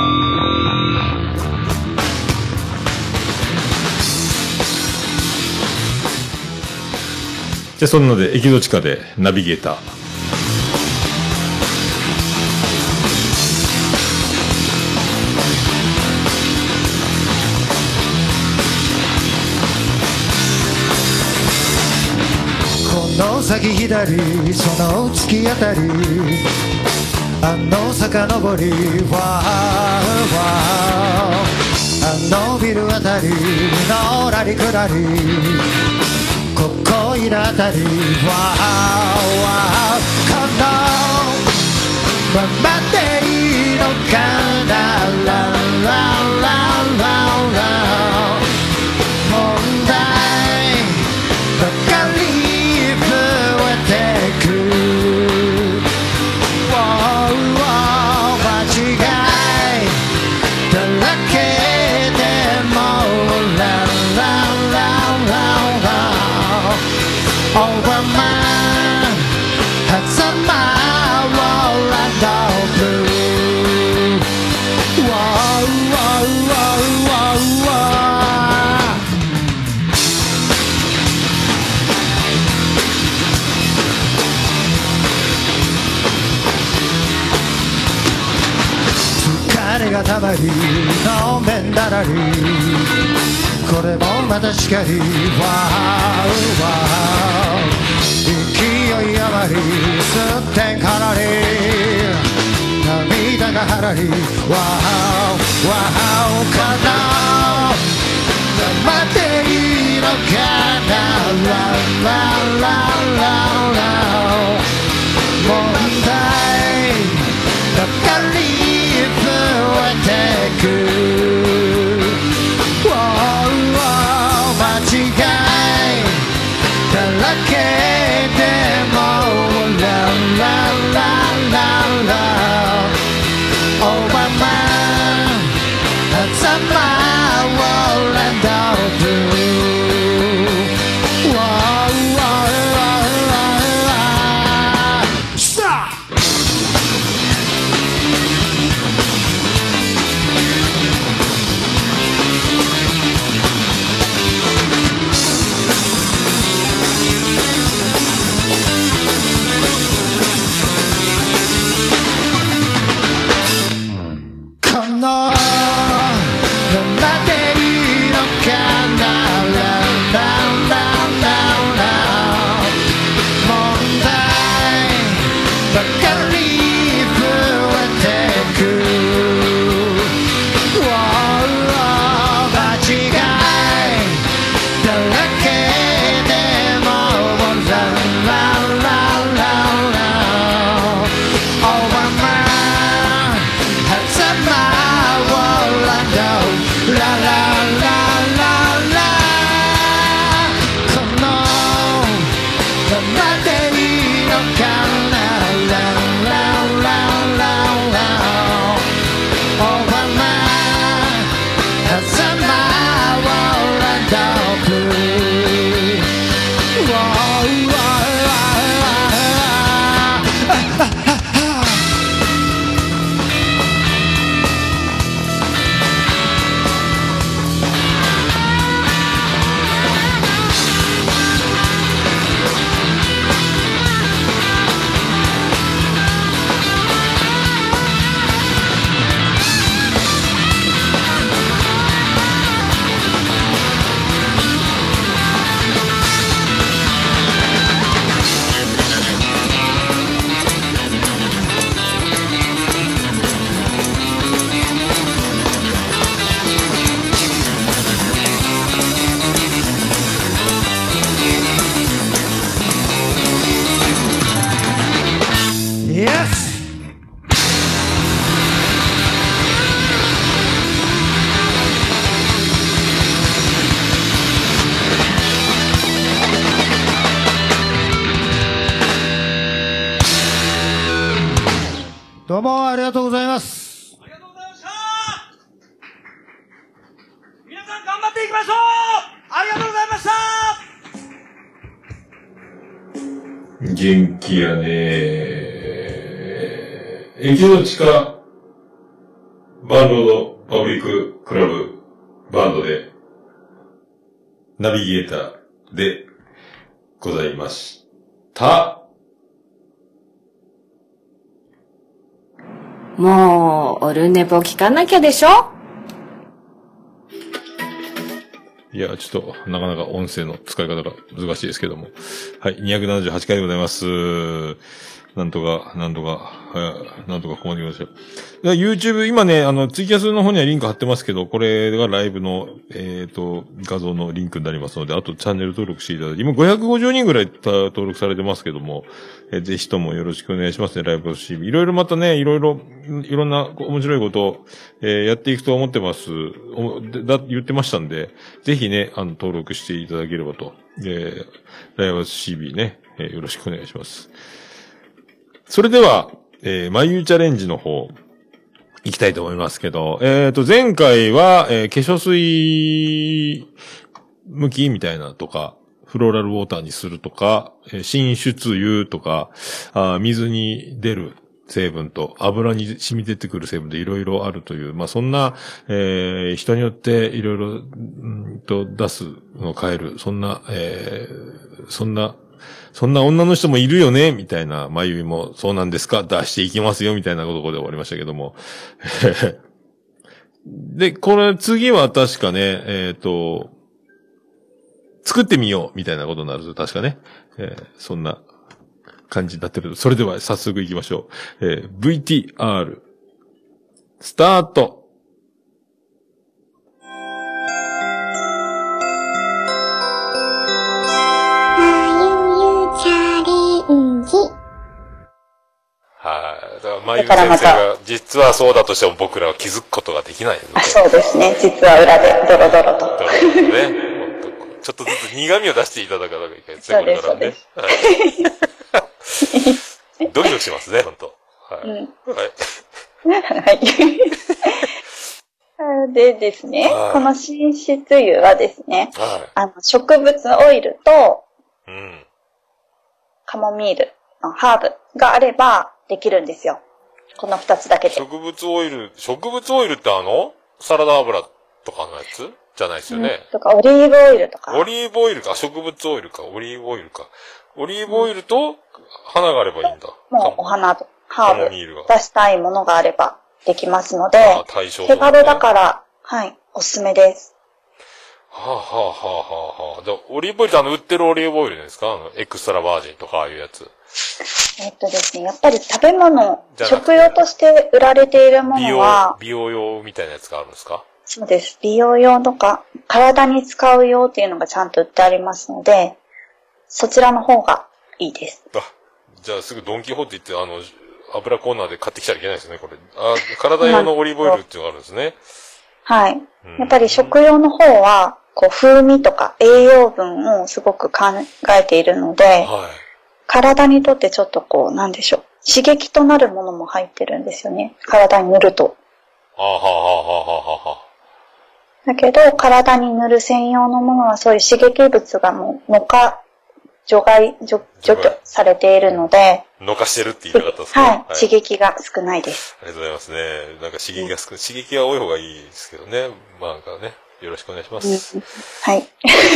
じゃあ、そんなので、エキゾチカでナビゲーター。 この先左、その突き当たり、あの坂登り、わーわー、あのビルあたりのらりくらり、ここいらあたり、わーわー、このままでいいのかな、ラララララ、問題ばかり増えてく、わーわー、間違いだらけでもラララララ、Over my head's on my wall and all blue. Whoa, whoa, whoa, whoa, whoa. 疲れがたまりのめんだらり、これもまたしかり、わーわー、勢いあまりすってんからり、涙がはらり、わーわー、かなまでいいのかな、ラララララ、問題ばかり増えてく、間違いだらけでもラララララ、 Over my head's on my wall and all blue. どうもありがとうございます。 ありがとうございました。皆さん頑張っていきましょう。ありがとうございました。 元気やねー。駅の地下バンドのパブリッククラブバンドでナビゲーターでございました。 もう、オルネポ聞かなきゃでしょ？ いや、ちょっと、なかなか音声の使い方が難しいですけども。はい、にひゃくななじゅうはちかいでございます。なんとか、なんとか、はい、なんとかここまで来ました。YouTube、今ね、あの、ツイキャスの方にはリンク貼ってますけど、これがライブの、えっと、画像のリンクになりますので、あとチャンネル登録していただいて、今ごひゃくごじゅうにんぐらい登録されてますけども、えー、ぜひともよろしくお願いしますね、ライブ シービー。いろいろまたね、いろいろ、いろんな面白いことを、えー、やっていくと思ってます。おだ、言ってましたんで、ぜひね、あの、登録していただければと。えー、ライブ シービー ね、えー、よろしくお願いします。それでは、えー、眉チャレンジの方、行きたいと思いますけど、えっと、前回は、えー、化粧水向きみたいなとか、フローラルウォーターにするとか、えー、浸出油とか、あ、水に出る成分と油に染み出てくる成分でいろいろあるという、まあ、そんな、えー、人によっていろいろ、んと出すのを変える、そんな、えー、そんな、そんな女の人もいるよねみたいな、まゆみもそうなんですか出していきますよみたいなことで終わりましたけども。で、これ次は確かね、えっと、作ってみようみたいなことになると確かね、えー、そんな感じになってると。それでは早速行きましょう。えー、ブイティーアール、スタート。はい。だから、まゆ先生が、実はそうだとしても僕らは気づくことができないので。 あ、そうですね。実は裏で、ドロドロと。 ドロドロね。ちょっとずつ苦味を出していただかなきゃいけないですね、これからね。はい、ドキドキしますね、ほんと。はい。うん、はい。はい。 でですね、はい、この浸出油はですね、はい、あの、植物オイルと、うん、カモミールのハーブがあればできるんですよ。この二つだけで。 植物オイル、植物オイルってあのサラダ油とかのやつじゃないですよね。 うん、とか、オリーブオイルとか。 オリーブオイルか、植物オイルか、オリーブオイルか。オリーブオイルと花があればいいんだ。 もうお花とハーブ出したいものがあればできますので、ああ、手軽だから、はい、おすすめです。 はぁ、あ、はぁ、はぁ、はぁ、はぁ。で、オリーブオイルってあの売ってるオリーブオイルですか？あの、エクストラバージンとかああいうやつ。 えっとですね、やっぱり食べ物、食用として売られているものは、 美容、美容用みたいなやつがあるんですか？ そうです。美容用とか、体に使う用っていうのがちゃんと売ってありますので、そちらの方がいいです。 あ、じゃあすぐドンキホーテ行って、あの、油コーナーで買ってきちゃいけないですね、これ。あ、体用のオリーブオイルっていうのがあるんですね。 はい。やっぱり食用の方は、こう、風味とか栄養分をすごく考えているので、はい、体にとってちょっとこう、なんでしょう。刺激となるものも入ってるんですよね。体に塗ると。 あははははは。 だけど、体に塗る専用のものはそういう刺激物がもう、のか、除外、除、除去されているので。 のかしてるって言いたかったですね。 はい。はい、刺激が少ないです。 ありがとうございますね。なんか刺激が少ない、うん、刺激が多い方がいいですけどね。まあなんかね、よろしくお願いします。うん、 はい。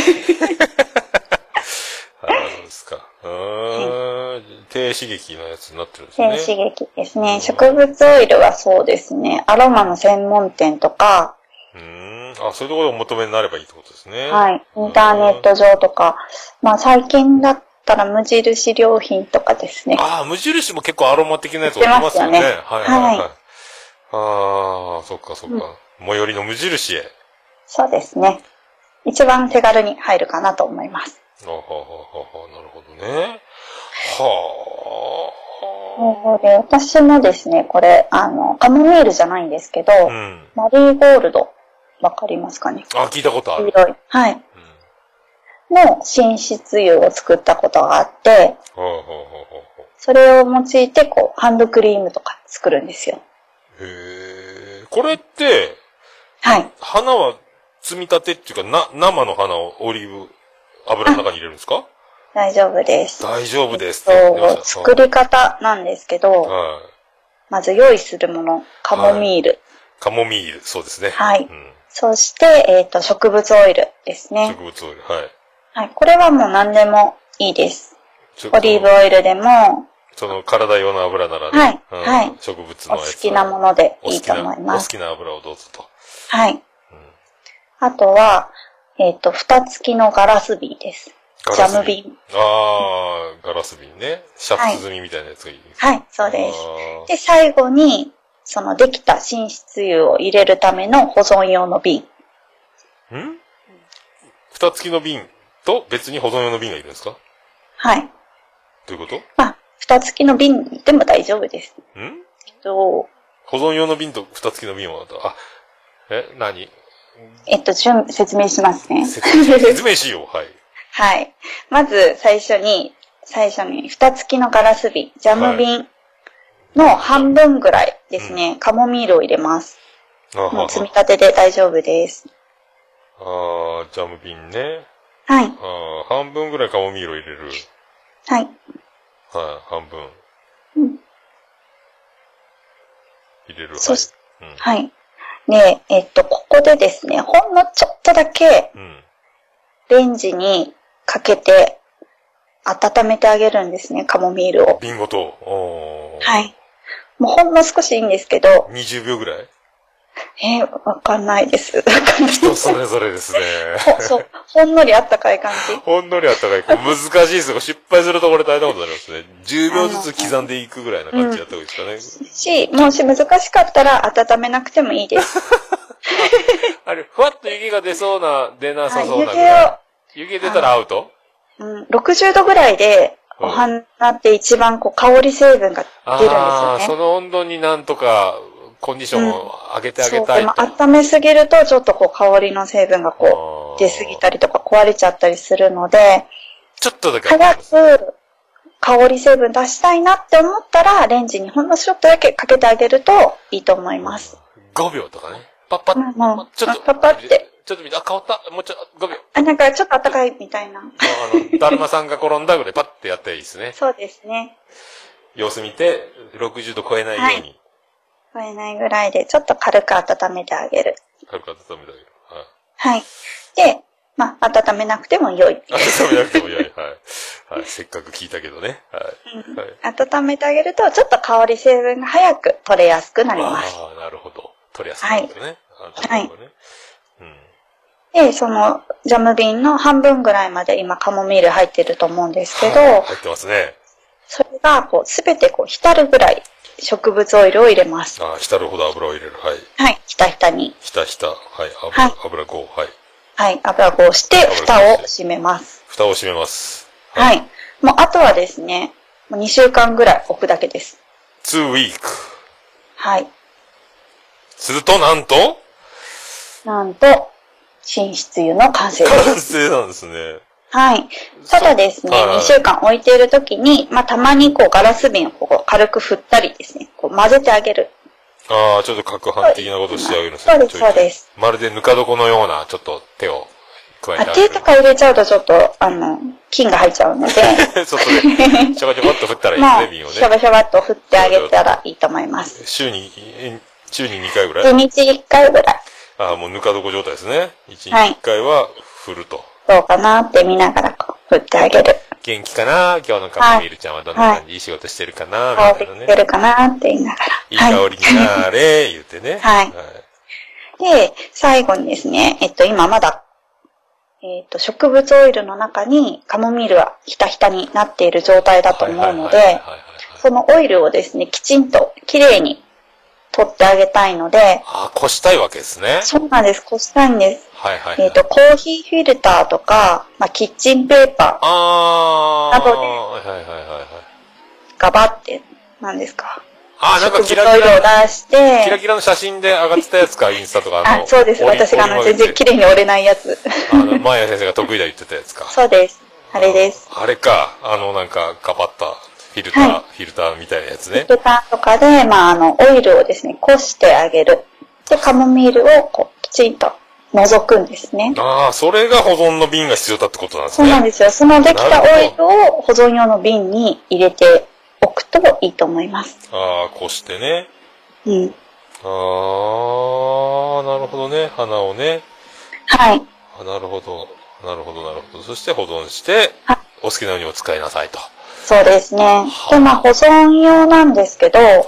ああ、そうですか。ああ、低刺激のやつになってるんですね。 低刺激ですね。植物オイルはそうですね。アロマの専門店とか。 うーん。あ、そういうところをお求めになればいいってことですね。 はい。インターネット上とか。まあ最近だったら無印良品とかですね。 ああ、無印も結構アロマ的なやつ置いてますよね。はいはいはい。はい、ああ、そっかそっか。うん、最寄りの無印へ。そうですね。一番手軽に入るかなと思います。 あはははは、なるほどね。はあ。で、私もですね、これ、あの、カモミールじゃないんですけど、うん、マリーゴールド、わかりますかね？ あ、聞いたことある。 黄色い。はい。うん、の浸出油を作ったことがあって、はあはあはあ、 それを用いて、こう、ハンドクリームとか作るんですよ。 へー。これって、 はい。 花は摘み立てっていうか、な、生の花をオリーブ油の中に入れるんですか？ 大丈夫です。 大丈夫ですえっと、作り方なんですけど、 はい。 まず用意するもの、カモミール。はい、 カモミール、そうですね。 はい。うん、そして、えっと、植物オイルですね。 植物オイル、はい。 はい。これはもう何でもいいです。オリーブオイルでも、 その体用の油ならね。 はい。 うん、 はい。 植物のやつ。 お好きなものでいいと思います。 お好きな油をどうぞと。 はい。うん、あとは、えっと、蓋付きのガラス瓶です。ジャム瓶。 ああ、ガラス瓶ね。シャツ包みみたいなやつがいいですか？ はい、はい、そうです。で、最後に、そのできた浸出油を入れるための保存用の瓶。ん？ 蓋付きの瓶と別に保存用の瓶がいるんですか？ はい。 どういうこと？ まあ、蓋付きの瓶でも大丈夫です。 ん？ と保存用の瓶と蓋付きの瓶は、あ、え、何？ えっと、順、説明しますね。 説明しよう、はい。 はい。まず、最初に、最初に、蓋付きのガラス瓶、ジャム瓶の半分ぐらいですね、はい、カモミールを入れます。もう積み立てで大丈夫です。 ああ、ジャム瓶ね。 はい。 あ半分ぐらいカモミールを入れる。 はい。 はい、半分。 うん。 入れる。 そし、はい。うん、はい。で、えっと、ここでですね、ほんのちょっとだけ、レンジにかけて、温めてあげるんですね、カモミールを。 瓶ごと。おはい。もうほんの少しいいんですけど。 にじゅうびょうぐらい？ えー、わかんないです。わかんないです。 人それぞれですね。 ほ、そう、ほんのりあったかい感じ。 ほんのりあったかい。難しいですよ。失敗するとこれ大変なことになりますね。じゅうびょうずつ刻んでいくぐらいな感じやった方がいいですかね。 うん、し、もし難しかったら温めなくてもいいです。 あれ、ふわっと湯気が出そうな、出なさそうなぐらい。湯気出たらアウト？ うん、ろくじゅうどぐらいで、お花って一番こう香り成分が出るんですよね。ああ、その温度になんとかコンディションを上げてあげたいと、 うん、そう、温めすぎるとちょっとこう香りの成分がこう出すぎたりとか壊れちゃったりするので、 ちょっとだけ早く香り成分出したいなって思ったらレンジにほんのちょっとだけかけてあげるといいと思います。 ごびょうとかね。パッパッ、 うん、 ちょっとパッパって。 ちょっと見て、あ、変わった。もうちょっと、ごびょう。 あ、なんかちょっと暖かいみたいな。あの、だるまさんが転んだぐらいパッてやったらいいですね。 そうですね。 様子見て、ろくじゅうど超えないように。はい、 超えないぐらいで、ちょっと軽く温めてあげる。 軽く温めてあげる。 はい。はい。で、まあ、温めなくても良い。 温めなくても良い。はい。はい。せっかく聞いたけどね。はい。 うん、はい、温めてあげると、ちょっと香り成分が早く取れやすくなります。 ああ、なるほど。取れやすくなるんですね。 はい。はい。うん、で、その、ジャム瓶の半分ぐらいまで今カモミール入ってると思うんですけど、はい、 入ってますね。 それが、こう、すべてこう、浸るぐらい植物オイルを入れます。 ああ、浸るほど油を入れる。はい。 はい、ひたひたに。 ひたひた。はい。油、はい、油ご。はい。 はい、油ごをして、蓋を閉めます。 蓋を閉めます。 はい。はい、もう、あとはですね、もうにしゅうかんぐらい置くだけです。 ツーウィーク。 はい。 すると、なんとなんと、浸出油の完成です。 完成なんですね。 はい。ただですね、はい、にしゅうかん置いているときに、まあ、たまにこう、ガラス瓶をこう軽く振ったりですね、こう、混ぜてあげる。 ああ、ちょっと攪拌的なことをしてあげるんですね。そうです、そうです。 まるでぬか床のような、ちょっと手を加えてあげる。 手とか入れちゃうとちょっと、あの、菌が入っちゃうので。 外で、ちょこちょこっと振ったらいいですね、瓶をね。 しょばしょばっと振ってあげたらいいと思います。 週に、週ににかいぐらい？ いちにちいっかいぐらい。 ああ、もうぬか床状態ですね。いちにちいっかいは振ると。 どうかなって見ながらこう振ってあげる。 元気かな今日のカモミールちゃんはどんな感じ、はい、いい仕事してるかなみたいなね。 してるかなって言いながら。 いい香りになーれ、言ってね。 はい。はい。で、最後にですね、えっと、今まだ、えっと、植物オイルの中にカモミールはひたひたになっている状態だと思うので、そのオイルをですね、きちんときれいに取ってあげたいので。 ああ、こしたいわけですね。 そうなんです。こしたいんです。 はいはい、はい。 えっと、コーヒーフィルターとか、まあ、キッチンペーパーなどで、 はいはいはいはい。 ガバって、何ですか。 ああ、なんかキラキラ。 を出して、 キラキラの写真で上がってたやつか、インスタとか。 あの、そうです。私があの、全然綺麗に折れないやつ。 あの、前谷先生が得意だ言ってたやつか。 そうです。あれです。 あれか、あの、なんか、ガバった。フフィルター、 はいフィルターみたいなやつね。 フィルターとかで、まあ、あの、オイルをですね、こしてあげる。で、カモミールをこう、きちんと除くんですね。 ああ、それが保存の瓶が必要だってことなんですね。 そうなんですよ。そのできたオなるイルを保存用の瓶に入れておくといいと思います。 ああ、こしてね。 うん。 ああ、なるほどね。花をね。 はい。 あ、なるほど。なるほど、なるほど。そして保存して、 はいお好きなようにお使いなさいと。 そうですね。で、まあ、保存用なんですけど、 はい。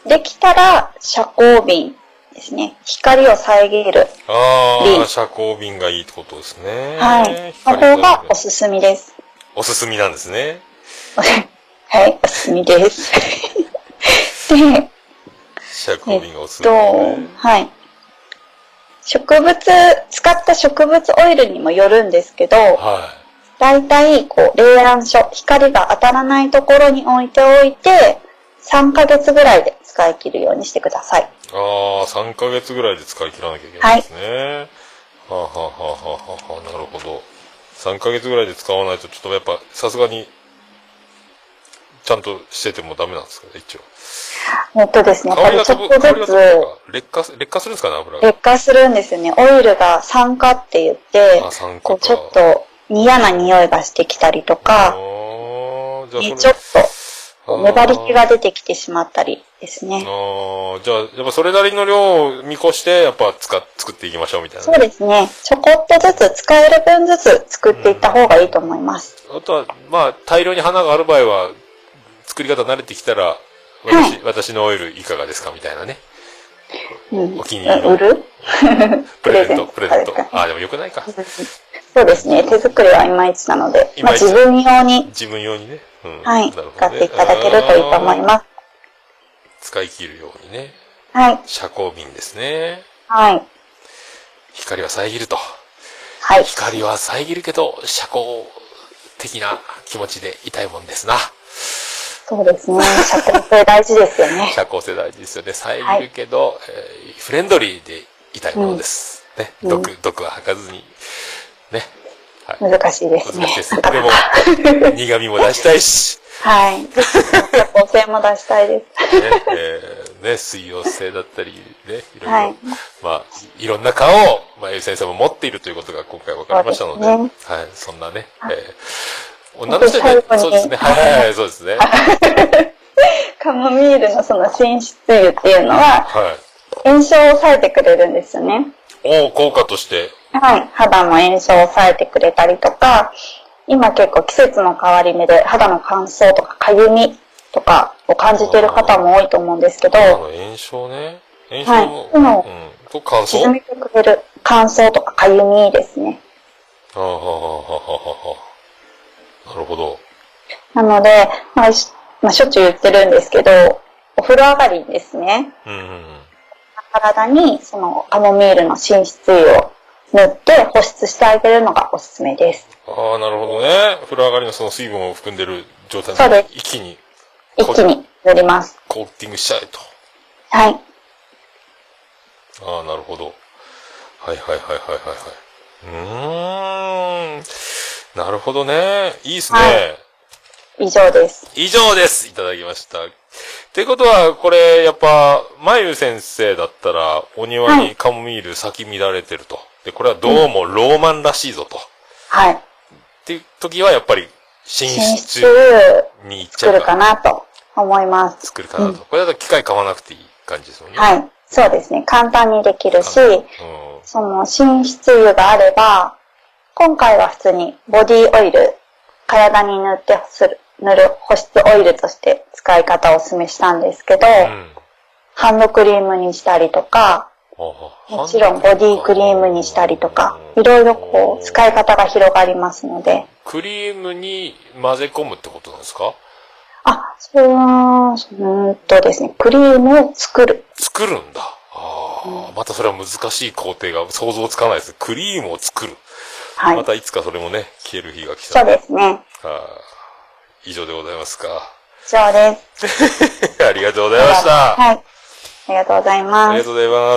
できたら遮光瓶ですね。光を遮る。 ああ、 瓶遮光瓶がいいってことですね。 はい。の方がおすすめです。 おすすめなんですね。 はい、おすすめです。で、 遮光瓶がおすすえっめ、ね。 と、はい。植物、使った植物オイルにもよるんですけど、 はい。 だいたい、こう、冷暗所、光が当たらないところに置いておいて、さんかげつぐらいで使い切るようにしてください。 ああ、さんかげつぐらいで使い切らなきゃいけないですね。はい、はあ、はあはあはあはあ、なるほど。さんかげつぐらいで使わないと、ちょっとやっぱ、さすがに、ちゃんとしててもダメなんですかね、一応。 えっとですね、やっぱりちょっとずつ、 劣化、劣化するんですかね、油が。 劣化するんですよね。オイルが酸化って言って、こうちょっと嫌な匂いがしてきたりとか、ね、ちょっと粘り気が出てきてしまったりですね。 ああ、じゃあ、やっぱそれなりの量を見越して、やっぱ使っ、作っていきましょうみたいな、ね。 そうですね。ちょこっとずつ、使える分ずつ作っていった方がいいと思います。 あとは、まあ、大量に花がある場合は、作り方慣れてきたら、私、はい、私のオイルいかがですかみたいなね。うん、お気に入りの。 売るプレゼント、プレゼント。ああ、でもよくないか。 そうですね。手作りはいまいちなので、まあ、自分用に。 自分用にね。 うん、はい、ね。使っていただけるといいと思います。 使い切るようにね。 はい。 遮光瓶ですね。 はい。 光は遮ると。 はい。 光は遮るけど、遮光的な気持ちでいたいもんですな。 そうですね。遮光性大事ですよね。 遮光性大事ですよね。遮るけど、はい、えー、フレンドリーでいたいものです。うん、ね。毒、うん、毒は吐かずに。ね。 はい、難しいですね。 難しいです。でも、苦味も出したいし。 はい。遮光性も出したいです。 ね、えー、ね、水溶性だったり、ね、いろいろ、はい、まあ、いろんな顔を、まあ、ゆう先生も持っているということが今回分かりましたので、でね、はい、そんなね、えー、女の人で、そうですね、はいはい、そうですね。 カモミールのその寝室油っていうのは、はい、炎症を抑えてくれるんですよね。 おー、効果として。 はい、肌の炎症を抑えてくれたりとか、今結構季節の変わり目で肌の乾燥とかかゆみとかを感じている方も多いと思うんですけど、 炎症ね。炎症はい、その、うん、 と乾燥。 沈めてくれる乾燥とかかゆみですね。 ああ、はあ、はあ、はあ、はあ。なるほど。 なので、まあ、まあ、しょっちゅう言ってるんですけど、お風呂上がりにですね、うんうんうん、体にそのカモミールの寝室油を塗って保湿してあげるのがおすすめです。 ああ、なるほどね。風呂上がりのその水分を含んでる状態で一気に。 一気に塗ります。 コーティングしちゃえと。 はい。 ああ、なるほど。はいはいはいはいはいはい。うーん。なるほどね。いいですね。はい、 以上です。 以上です。いただきました。ってことは、これ、やっぱ、まゆ先生だったら、お庭にカモミール咲き乱れてると。で、これはどうもローマンらしいぞと。 はい。 っていう時は、やっぱり、寝室に行っちゃうか。 作るかなと思います。 作るかなと。うん、これだと機械買わなくていい感じですよね。 はい。そうですね。簡単にできるし、うん、その寝室油があれば、今回は普通にボディオイル、体に塗ってする。塗る保湿オイルとして使い方をお勧めしたんですけど、うん、ハンドクリームにしたりとか、もちろんボディクリームにしたりとか、いろいろこう使い方が広がりますので。 クリームに混ぜ込むってことなんですか？ あ、そう、うんとですね、クリームを作る。 作るんだ。あ、うん、またそれは難しい工程が想像つかないです。クリームを作る。はい。またいつかそれもね、消える日が来たら。 そうですね。 は以上でございますか。 以上です。 ありがとうございました。 はい。ありがとうございます。 ありがとうございます。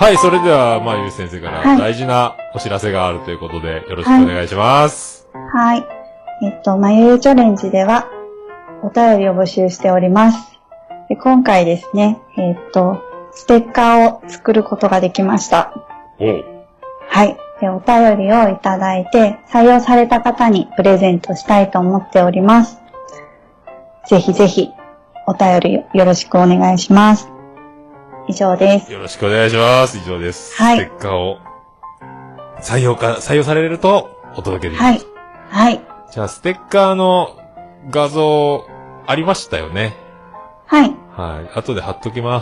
はい、それでは、まゆ先生からはい大事なお知らせがあるということで、よろしくお願いします。 はい。えっと、まゆゆチャレンジでは、お便りを募集しております。で今回ですね、えっと、ステッカーを作ることができました。 おう。 はい。でお便りをいただいて、採用された方にプレゼントしたいと思っております。ぜひぜひ、お便りよろしくお願いします。以上です。 よろしくお願いします。以上です。 はい。 ステッカーを採用か、採用されるとお届けできます。 はい。はい。 じゃあ、ステッカーの画像ありましたよね。 はい。 はい。後で貼っときます。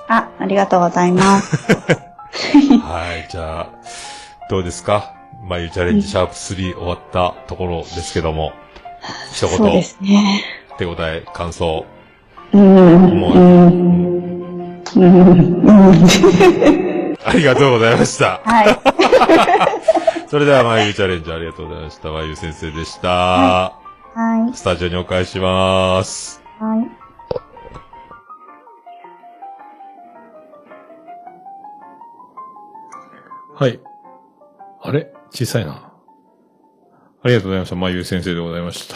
あ、ありがとうございます。 はい。じゃあ、どうですか？まゆチャレンジシャープスリー終わったところですけども、一言。 そうですね。 手応え、感想。 うーん。 思い。 うーん。うーん。 ありがとうございました。 はい。 それでは、まゆチャレンジありがとうございました。まゆ先生でした。 はい。 スタジオにお返しします。 はい。 はい。あれ小さいな。ありがとうございました。まゆ先生でございました。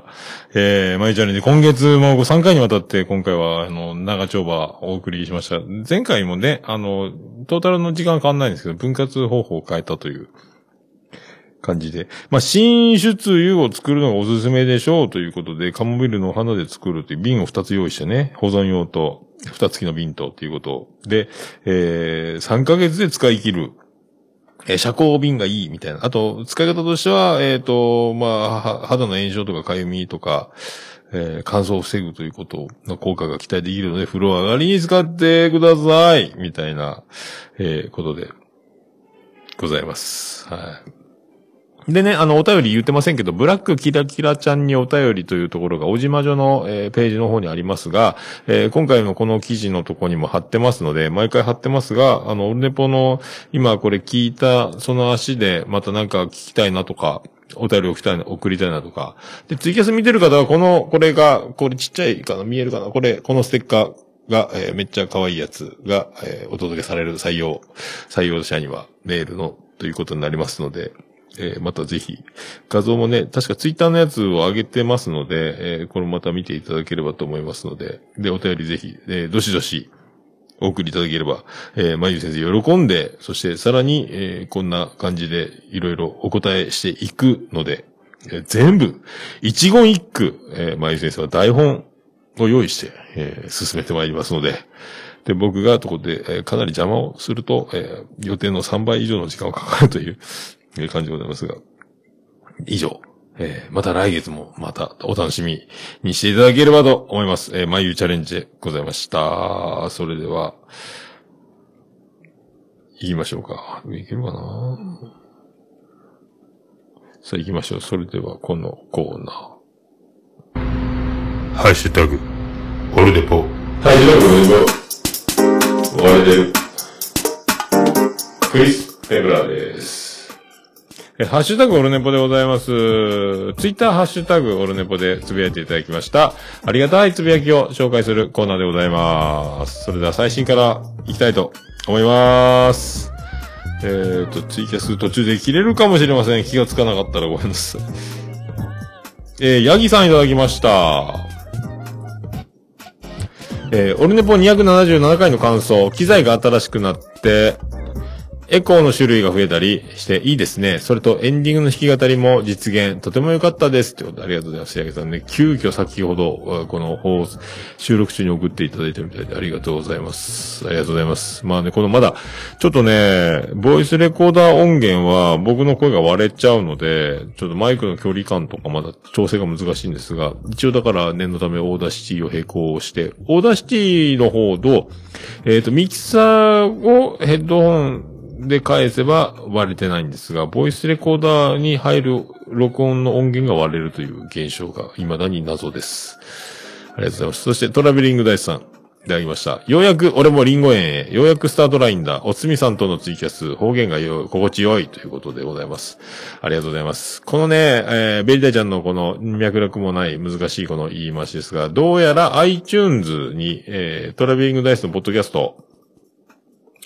えー、まゆチャレンジ、今月もさんかいにわたって今回は、あの、長丁場お送りしました。前回もね、あの、トータルの時間変わんないんですけど、分割方法を変えたという感じで。まあ、新出油を作るのがおすすめでしょうということで、カモミールの花で作るという瓶をふたつ用意してね、保存用と、蓋付きの瓶とっていうことで、えー、さんかげつで使い切る。えー、遮光瓶がいいみたいな。あと、使い方としては、えっと、まあ、肌の炎症とかかゆみとか、えー、乾燥を防ぐということの効果が期待できるので、風呂上がりに使ってくださいみたいな、えー、ことで、ございます。はい。でね、あの、お便り言ってませんけど、ブラックキラキラちゃんにお便りというところが、おじまじょの、えー、ページの方にありますが、えー、今回のこの記事のとこにも貼ってますので、毎回貼ってますが、あの、オルネポの、今これ聞いた、その足で、またなんか聞きたいなとか、お便り送りたいな、送りたいなとか。で、ツイキャス見てる方は、この、これが、これちっちゃいかな、見えるかな、これ、このステッカーが、えー、めっちゃ可愛いやつが、えー、お届けされる採用、採用者にはメールの、ということになりますので、えー、またぜひ、画像もね、確かツイッターのやつを上げてますので、えー、これまた見ていただければと思いますので、で、お便りぜひ、えー、どしどし、お送りいただければ、えー、まゆ先生喜んで、そしてさらに、えー、こんな感じでいろいろお答えしていくので、えー、全部、一言一句、えー、まゆ先生は台本を用意して、えー、進めてまいりますので、で、僕がとこで、えー、かなり邪魔をすると、えー、予定のさんばい以上の時間をかかるという、いう感じでございますが。以上。えー、また来月もまたお楽しみにしていただければと思います。えー、まゆチャレンジでございました。それでは、行きましょうか。いけるかな？さあ行きましょう。それではこのコーナー。ハッシュタグ、オルネポ。ハッシュタグオルネポ。終われてる。クリス・フェブラーです。ハッシュタグオルネポでございます。ツイッターハッシュタグオルネポでつぶやいていただきました。ありがたいつぶやきを紹介するコーナーでございます。それでは最新からいきたいと思います。えーと、ツイキャス途中で切れるかもしれません。気がつかなかったらごめんなさい。えー、ヤギさんいただきました。えー、オルネポにひゃくななじゅうななかいの感想、機材が新しくなって、エコーの種類が増えたりしていいですね。それとエンディングの弾き語りも実現。とても良かったです。ってことでありがとうございます。ヤギさんね、急遽先ほど、この放送、収録中に送っていただいてるみたいでありがとうございます。ありがとうございます。まあね、このまだ、ちょっとね、ボイスレコーダー音源は僕の声が割れちゃうので、ちょっとマイクの距離感とかまだ調整が難しいんですが、一応だから念のためオーダーシティを並行して、オーダーシティの方と、えっと、ミキサーをヘッドホン、で返せば割れてないんですが、ボイスレコーダーに入る録音の音源が割れるという現象が未だに謎です。ありがとうございます。そしてトラベリングダイスさんいただきました。ようやく俺もリンゴ園へ、ようやくスタートラインだ。おつみさんとのツイキャス、方言がよ心地よいということでございます。ありがとうございます。このね、えー、ベリダイちゃんのこの脈絡もない難しいこの言い回しですが、どうやら iTunes に、えー、トラベリングダイスのポッドキャスト、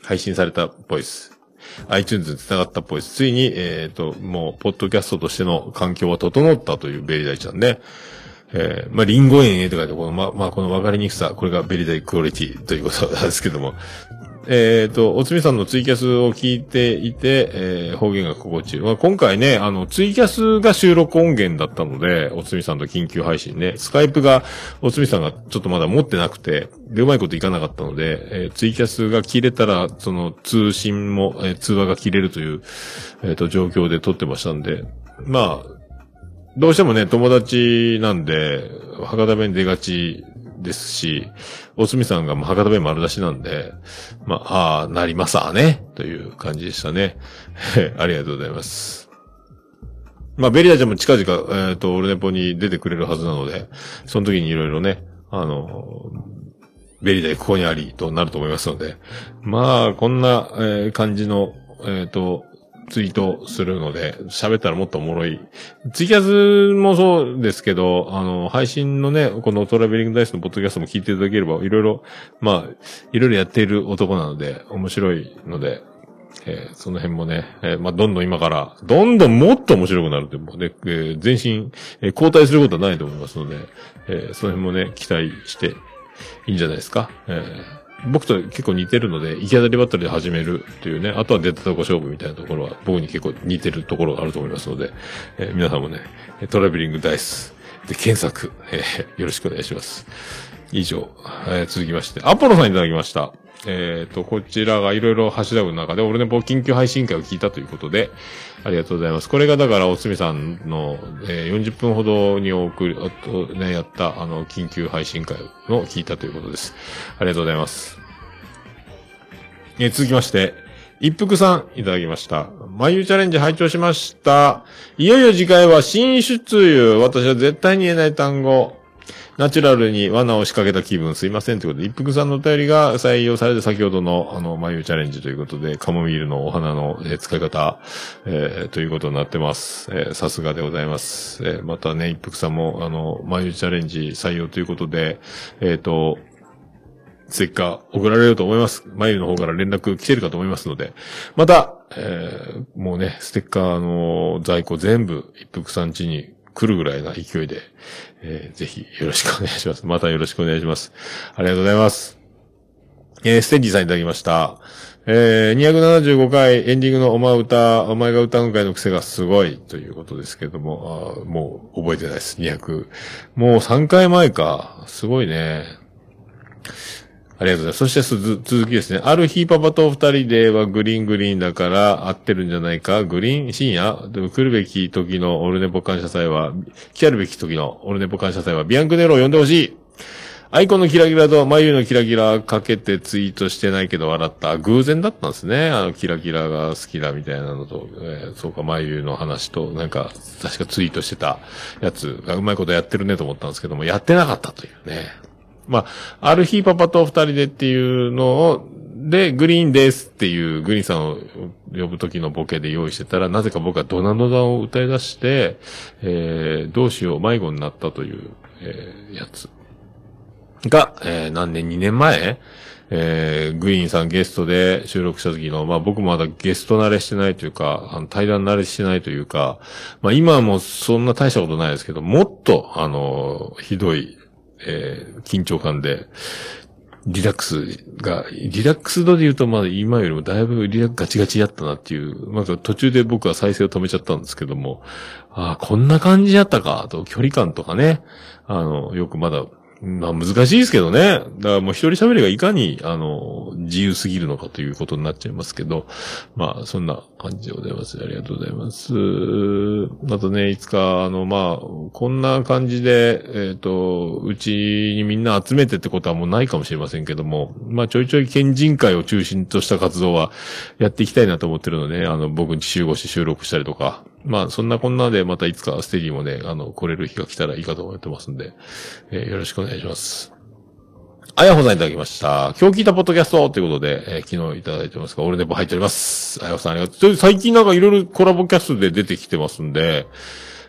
配信されたっぽいです。iTunes に繋がったっぽいです。ついに、えっと、もう、ポッドキャストとしての環境は整ったというベリダイちゃんで、えー、まあ、リンゴ園へとかで、この、ま、まあ、この分かりにくさ、これがベリダイクオリティということなんですけども、えっと、おつみさんのツイキャスを聞いていて、えー、方言が心地いい。まあ、今回ね、あの、ツイキャスが収録音源だったので、おつみさんと緊急配信ね、スカイプが、おつみさんがちょっとまだ持ってなくて、で、うまいこといかなかったので、えー、ツイキャスが切れたら、その、通信も、えー、通話が切れるという、えっと、状況で撮ってましたんで、まあ、どうしてもね、友達なんで、博多弁出がちですし、おつみさんが博多弁丸出しなんで、まあ、ああ、なりますわね、という感じでしたね。ありがとうございます。まあ、ベリダちゃんも近々、えっと、オルネポに出てくれるはずなので、その時にいろいろね、あの、ベリダイここにありとなると思いますので、まあ、こんな、えー、感じの、えっと、ツイートするので、喋ったらもっとおもろい。ツイキャスもそうですけど、あの、配信のね、このトラベリングダイスのポッドキャストも聞いていただければ、いろいろ、まあ、いろいろやっている男なので、面白いので、えー、その辺もね、えー、まあ、どんどん今から、どんどんもっと面白くなるという、で、えー、全身、えー、交代することはないと思いますので、えー、その辺もね、期待していいんじゃないですか。えー僕と結構似てるので、行き当たりばったりで始めるというね、あとは出たとこ勝負みたいなところは、僕に結構似てるところがあると思いますので、えー、皆さんもね、トラベリングダイスで検索、えー、よろしくお願いします。以上、えー、続きまして、アポロさんいただきました。えっと、こちらがいろいろハッシュタグの中で、俺ね、緊急配信会を聞いたということで、ありがとうございます。これがだから、おつみさんの、えー、よんじゅっぷんほどに送る、ね、やった、あの、緊急配信会を聞いたということです。ありがとうございます。えー、続きまして、一服さんいただきました。眉チャレンジ拝聴しました。いよいよ次回は新出湯。私は絶対に言えない単語。ナチュラルに罠を仕掛けた気分すいませんということで、一服さんのお便りが採用されて先ほどのあの、眉チャレンジということで、カモミールのお花の、えー、使い方、えー、ということになってます。えー、さすがでございます。えー、またね、一服さんもあの、眉チャレンジ採用ということで、えっと、ステッカー送られると思います。眉の方から連絡来てるかと思いますので、また、えー、もうね、ステッカーの在庫全部一服さん家に来るぐらいな勢いで、えー、ぜひよろしくお願いします。またよろしくお願いします。ありがとうございます。えー、ステンジさんいただきました。えー、にひゃくななじゅうごかいエンディングのお前歌、お前が歌う会の癖がすごいということですけども、あもう覚えてないです。にひゃく。もうさんかいまえか。すごいね。ありがとうございます。そして続きですね。ある日パパと二人ではグリーングリーンだから合ってるんじゃないか。グリーン深夜でも来るべき時のオルネポ感謝祭は、来るべき時のオルネポ感謝祭はビアンクネロを呼んでほしい。アイコンのキラキラと眉のキラキラかけてツイートしてないけど笑った。偶然だったんですね。あのキラキラが好きだみたいなのと、えー、そうか眉の話となんか確かツイートしてたやつがうまいことやってるねと思ったんですけども、やってなかったというね。まあ、ある日パパと二人でっていうのを、で、グリーンですっていうグリーンさんを呼ぶ時のボケで用意してたら、なぜか僕はドナドナを歌い出して、えー、どうしよう迷子になったという、えー、やつが、えー、何年、にねんまええー、グリーンさんゲストで収録した時の、まあ僕もまだゲスト慣れしてないというか、あの対談慣れしてないというか、まあ今はもうそんな大したことないですけど、もっと、あの、ひどい、えー、緊張感で、リラックスが、リラックス度で言うと、まあ今よりもだいぶリラックスガチガチやったなっていう、まず途中で僕は再生を止めちゃったんですけども、ああ、こんな感じやったか、と、距離感とかね、あの、よくまだ、まあ難しいですけどね。だからもう一人喋りがいかに、あの、自由すぎるのかということになっちゃいますけど、まあそんな感じでございます。ありがとうございます。あとね、いつか、あの、まあ、こんな感じで、えっと、うちにみんな集めてってことはもうないかもしれませんけども、まあちょいちょい県人会を中心とした活動はやっていきたいなと思ってるので、ね、あの、僕に集合して収録したりとか、まあそんなこんなでまたいつかステディもね、あの、来れる日が来たらいいかと思ってますんで、えー、よろしくお願いします。あやほさんいただきました。今日聞いたポッドキャストということで、えー、昨日いただいてますが、俺ネポ入っております。あやほさんありがとう。最近なんかいろいろコラボキャストで出てきてますんで、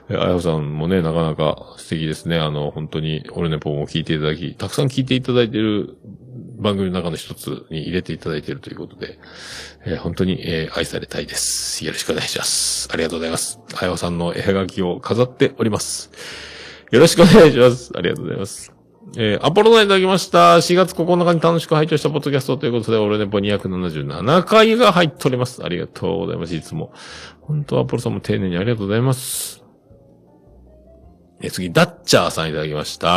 えー、あやほさんもね、なかなか素敵ですね。あの、本当に、オルネポも聞いていただき、たくさん聞いていただいている番組の中の一つに入れていただいているということで、えー、本当に、えー、愛されたいです。よろしくお願いします。ありがとうございます。あやほさんの絵描きを飾っております。よろしくお願いします。ありがとうございます。えー、アポロナいただきました。しがつここのかに楽しく拝聴したポッドキャストということで、オルネポにひゃくななじゅうななかいが入っております。ありがとうございます。いつも。本当アポロさんも丁寧にありがとうございます。えー、次、ダッチャーさんいただきました。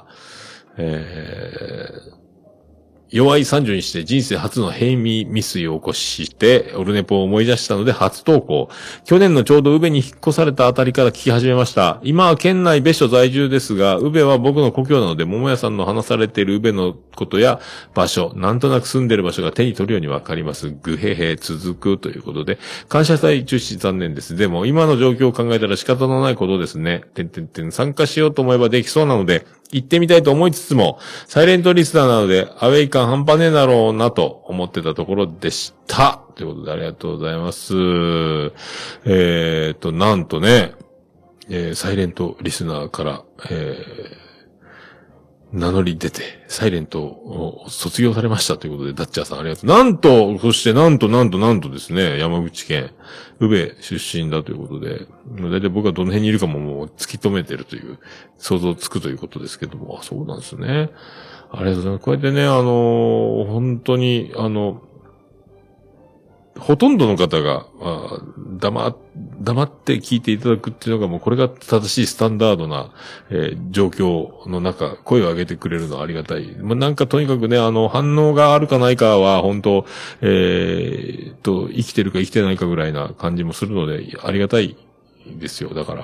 えー、弱いさんじゅうにして人生初の平民未遂を起こして、オルネポを思い出したので初投稿。去年のちょうど宇部に引っ越されたあたりから聞き始めました。今は県内別所在住ですが、宇部は僕の故郷なので、桃屋さんの話されている宇部のことや場所、なんとなく住んでいる場所が手に取るようにわかります。ぐへへ続くということで、感謝祭中止残念です。でも今の状況を考えたら仕方のないことですね。てんてんてん参加しようと思えばできそうなので、行ってみたいと思いつつも、サイレントリスナーなので、アウェイ感半端ねえだろうなと思ってたところでした。ということでありがとうございます。えーと、なんとね、えー、サイレントリスナーから、えー、名乗り出て、サイレントを卒業されましたということで、ダッチャーさんありがとう。なんと、そしてなんとなんとなんとですね、山口県、宇部出身だということで、だいたい僕はどの辺にいるかももう突き止めてるという、想像つくということですけども、あ、そうなんですね。ありがとうございます。こうやってね、あのー、本当に、あの、ほとんどの方が、あ黙、黙って聞いていただくっていうのがもうこれが正しいスタンダードな、えー、状況の中、声を上げてくれるのはありがたい。まあ、なんかとにかくね、あの、反応があるかないかは本当、えー、と、生きてるか生きてないかぐらいな感じもするので、ありがたいですよ。だから、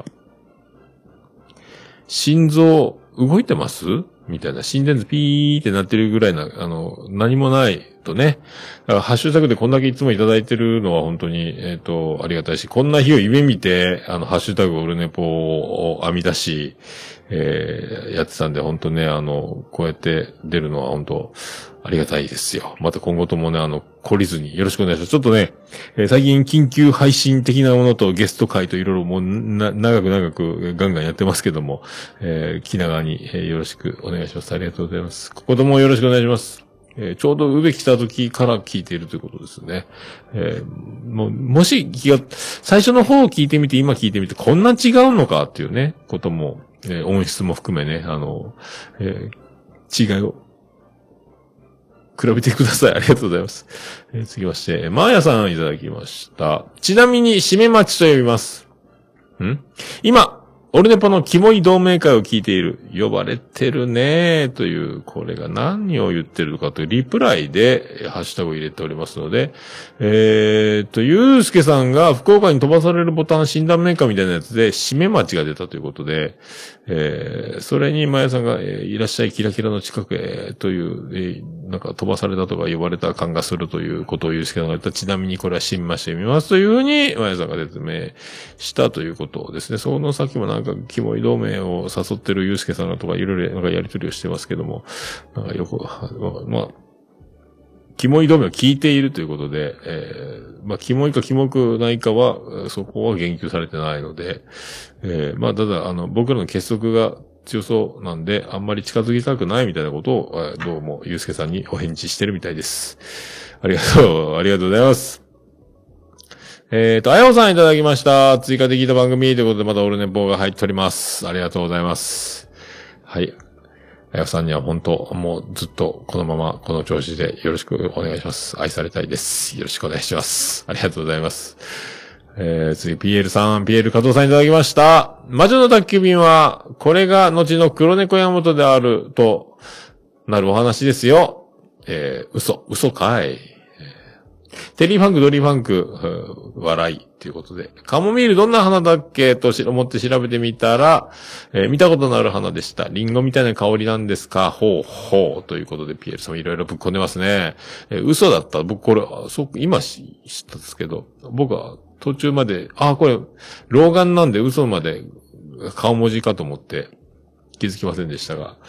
心臓動いてますみたいな、心電図ピーってなってるぐらいな、あの、何もないとね。だからハッシュタグでこんだけいつもいただいてるのは本当に、えっと、ありがたいし、こんな日を夢見て、あの、ハッシュタグオルネポを編み出し、えー、やってたんで、本当ね、あの、こうやって出るのは本当、ありがたいですよ。また今後ともね、あの、懲りずによろしくお願いします。ちょっとね、えー、最近緊急配信的なものとゲスト会といろいろもうな、長く長くガンガンやってますけども、えー、気長に、えー、よろしくお願いします。ありがとうございます。ここともよろしくお願いします。えー、ちょうど宇部来た時から聞いているということですね。えー、もう、もし気が、最初の方を聞いてみて、今聞いてみて、こんな違うのかっていうね、ことも、えー、音質も含めね、あの、えー、違いを、比べてください。ありがとうございます。えー、次まして、マーヤさんいただきました。ちなみに、締め待ちと呼びます。ん今、オルネポのキモい同盟会を聞いている。呼ばれてるねーという、これが何を言ってるのかというリプライでハッシュタグを入れておりますので、えーと、ゆうすけさんが福岡に飛ばされるボタン診断メーカーみたいなやつで締め待ちが出たということで、えー、それにまやさんが、えー、いらっしゃいキラキラの近くへという、えー、なんか飛ばされたとか呼ばれた感がするということをゆうすけさんが言った。ちなみにこれは新ましてみますというふうにまやさんが説明したということですね。その先もなんかキモい同盟を誘ってるゆうすけさんとかいろいろなんかやりとりをしてますけども、なんかよく、まあ、キモい同盟を聞いているということで、えー、まあ、キモいかキモくないかは、そこは言及されてないので、えー、まあ、ただ、あの、僕らの結束が強そうなんで、あんまり近づきたくないみたいなことを、どうも、ゆうすけさんにお返事してるみたいです。ありがとう、ありがとうございます。えーと、あやおさんいただきました。追加で聞いた番組ということでまたオルネポが入っております。ありがとうございます。はい。あやおさんには本当、もうずっとこのままこの調子でよろしくお願いします。愛されたいです。よろしくお願いします。ありがとうございます。えー、次 ピーエル さん、ピーエル 加藤さんいただきました。魔女の宅急便は、これが後の黒猫山本であるとなるお話ですよ。えー、嘘、嘘かい。テリーファンク、ドリーファンク、笑いということで。カモミールどんな花だっけと思って調べてみたら、えー、見たことのある花でした。リンゴみたいな香りなんですかほうほう。ということで、ピエールさんもいろいろぶっ込んでますね。えー、嘘だった。僕これ、そう、今知ったんですけど、僕は途中まで、あ、これ、老眼なんで嘘まで顔文字かと思って気づきませんでしたが、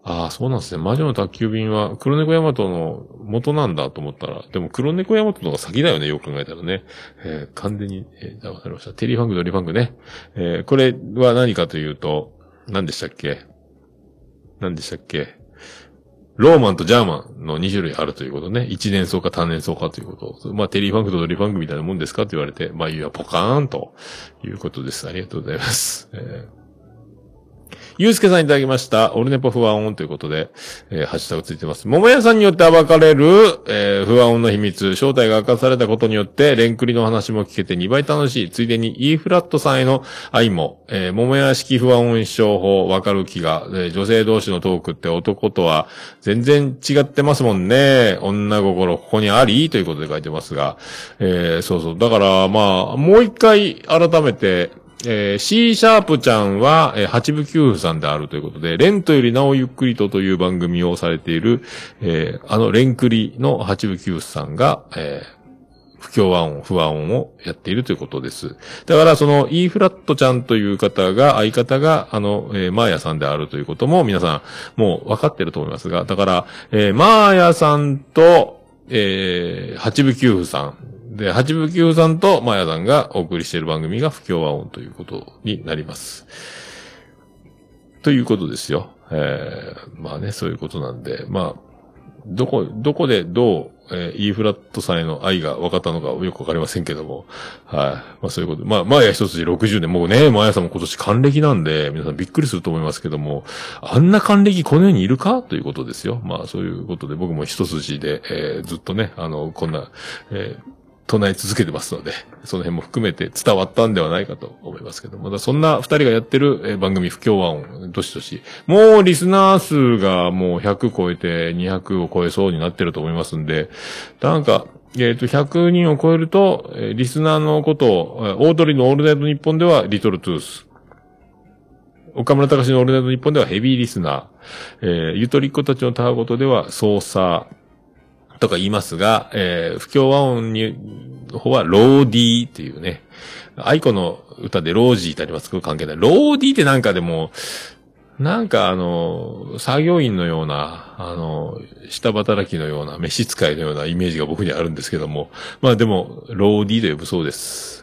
ああ、そうなんですね。魔女の宅急便は黒猫ヤマトの元なんだと思ったら、でも黒猫ヤマトの方が先だよね、よく考えたらね。えー、完全に、えー、わかりました。テリーファンク、ドリーファンクね。えー、これは何かというと、何でしたっけ何でしたっけローマンとジャーマンのに種類あるということね。一年草か単年草かということ。まあ、テリーファンクとドリーファンクみたいなもんですかと言われて、まあ、いや、ポカーンということです。ありがとうございます。えーゆうすけさんいただきました。オルネポ不安音ということで、えー、ハッシュタグついてます。桃屋さんによって暴かれる、えー、不安音の秘密、正体が明かされたことによって、レンクリの話も聞けてにばい楽しい。ついでに E フラットさんへの愛も、えー、桃屋式不安音商法わかる気が、えー、女性同士のトークって男とは全然違ってますもんね。女心ここにありということで書いてますが、えー、そうそう。だから、まあ、もう一回改めて、えー、C シャープちゃんは、えー、八部九夫さんであるということで、レントよりなおゆっくりとという番組をされている、えー、あのレンクリの八部九夫さんが、えー、不協和音、不和音をやっているということです。だからその E フラットちゃんという方が、相方があの、えー、マーヤさんであるということも皆さんもう分かってると思いますが、だから、えー、マーヤさんと、えー、八部九夫さん、で、八部九夫さんとマヤさんがお送りしている番組が不協和音ということになります。ということですよ。えー、まあね、そういうことなんで、まあ、どこ、どこでどう、えー、E フラットさんへの愛が分かったのかよくわかりませんけども、はい。まあそういうことで、まあ、マヤ一つでろくじゅうねん、もうね、マヤさんも今年還暦なんで、皆さんびっくりすると思いますけども、あんな還暦この世にいるかということですよ。まあそういうことで、僕も一筋で、えー、ずっとね、あの、こんな、えー唱え続けてますので、その辺も含めて伝わったんではないかと思いますけども、まだそんな二人がやってる番組不協和音、どしどし、もうリスナー数がもうひゃく超えてにひゃくを超えそうになってると思いますんで、なんか、えっと、ひゃくにんを超えると、リスナーのことを、オードリーのオールナイトニッポンではリトルトゥース。岡村隆史のオールナイトニッポンではヘビーリスナー。えー、ゆとりっ子たちのたわごとではソーサー。とか言いますが、えー、不協和音に、方はローディーっていうね、愛子の歌でロージーってありますけど関係ない。ローディーってなんかでも、なんかあの、作業員のような、あの、下働きのような、召使いのようなイメージが僕にあるんですけども、まあでも、ローディーと呼ぶそうです。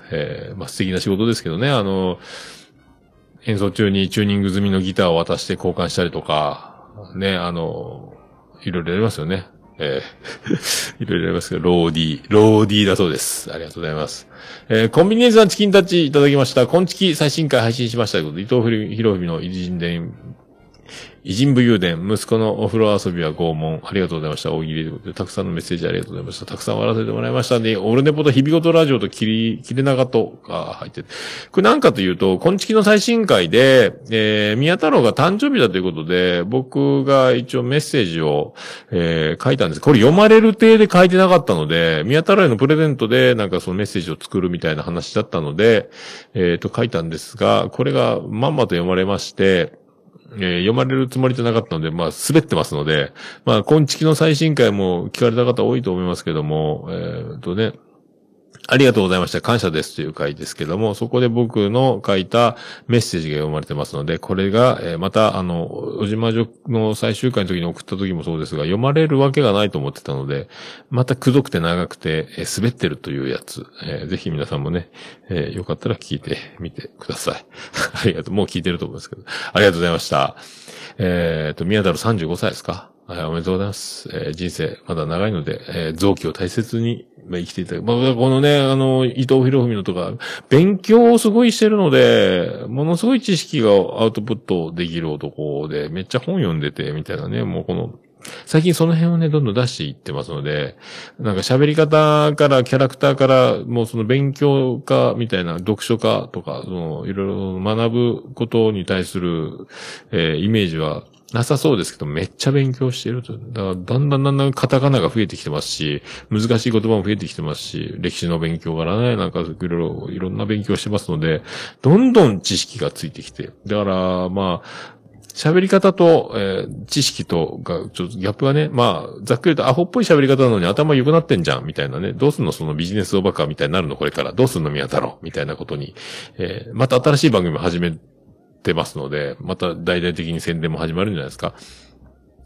えー、まあ素敵な仕事ですけどね、あの、演奏中にチューニング済みのギターを渡して交換したりとか、ね、あの、いろいろやりますよね。えー、いろいろありますけど、ローディー、ローディーだそうです。ありがとうございます。えー、コンビニエンスなチキンタッチいただきました。今月最新回配信しましたということで、伊藤博文の偉人伝、偉人武勇伝、息子のお風呂遊びは拷問。ありがとうございました。大喜利ということで、たくさんのメッセージありがとうございました。たくさん笑わせてもらいましたね。オルネポと日々ごとラジオと切り、切れ長とが入ってる。これなんかというと、今月の最新回で、えー、宮太郎が誕生日だということで、僕が一応メッセージを、えー、書いたんです。これ読まれる体で書いてなかったので、宮太郎へのプレゼントで、なんかそのメッセージを作るみたいな話だったので、えーと、書いたんですが、これがまんまと読まれまして、えー、読まれるつもりじゃなかったので、まあ、滑ってますので、まあ、今月の最新回も聞かれた方多いと思いますけども、えーとね、ありがとうございました。感謝ですという回ですけども、そこで僕の書いたメッセージが読まれてますので、これが、えー、また、あの、おじまじょの最終回の時に送った時もそうですが、読まれるわけがないと思ってたので、またくどくて長くて、えー、滑ってるというやつ、えー、ぜひ皆さんもね、えー、よかったら聞いてみてください。ありがとう。もう聞いてると思いますけど。ありがとうございました。えーと、宮太郎さんじゅうごさいですか？はい、おめでとうございます。えー、人生まだ長いので、えー、臓器を大切に、まあ、生きていただく。まあ、このね、あの、伊藤博文のとか、勉強をすごいしてるので、ものすごい知識がアウトプットできる男で、めっちゃ本読んでて、みたいなね、もうこの、最近その辺をね、どんどん出していってますので、なんか喋り方から、キャラクターから、もうその勉強家みたいな、読書家とか、その、いろいろ学ぶことに対する、えー、イメージは、なさそうですけど、めっちゃ勉強していると。だから、だんだんだんだんカタカナが増えてきてますし、難しい言葉も増えてきてますし、歴史の勉強からね、なんかいろいろ、いろんな勉強してますので、どんどん知識がついてきて。だから、まあ、喋り方と、えー、知識とが、ちょっとギャップがね、まあ、ざっくりとアホっぽい喋り方なのに頭良くなってんじゃん、みたいなね。どうすんのそのビジネスおバカみたいになるのこれから。どうすんの宮太郎みたいなことに。えー、また新しい番組を始めてますので、また大々的に宣伝も始まるんじゃないですか。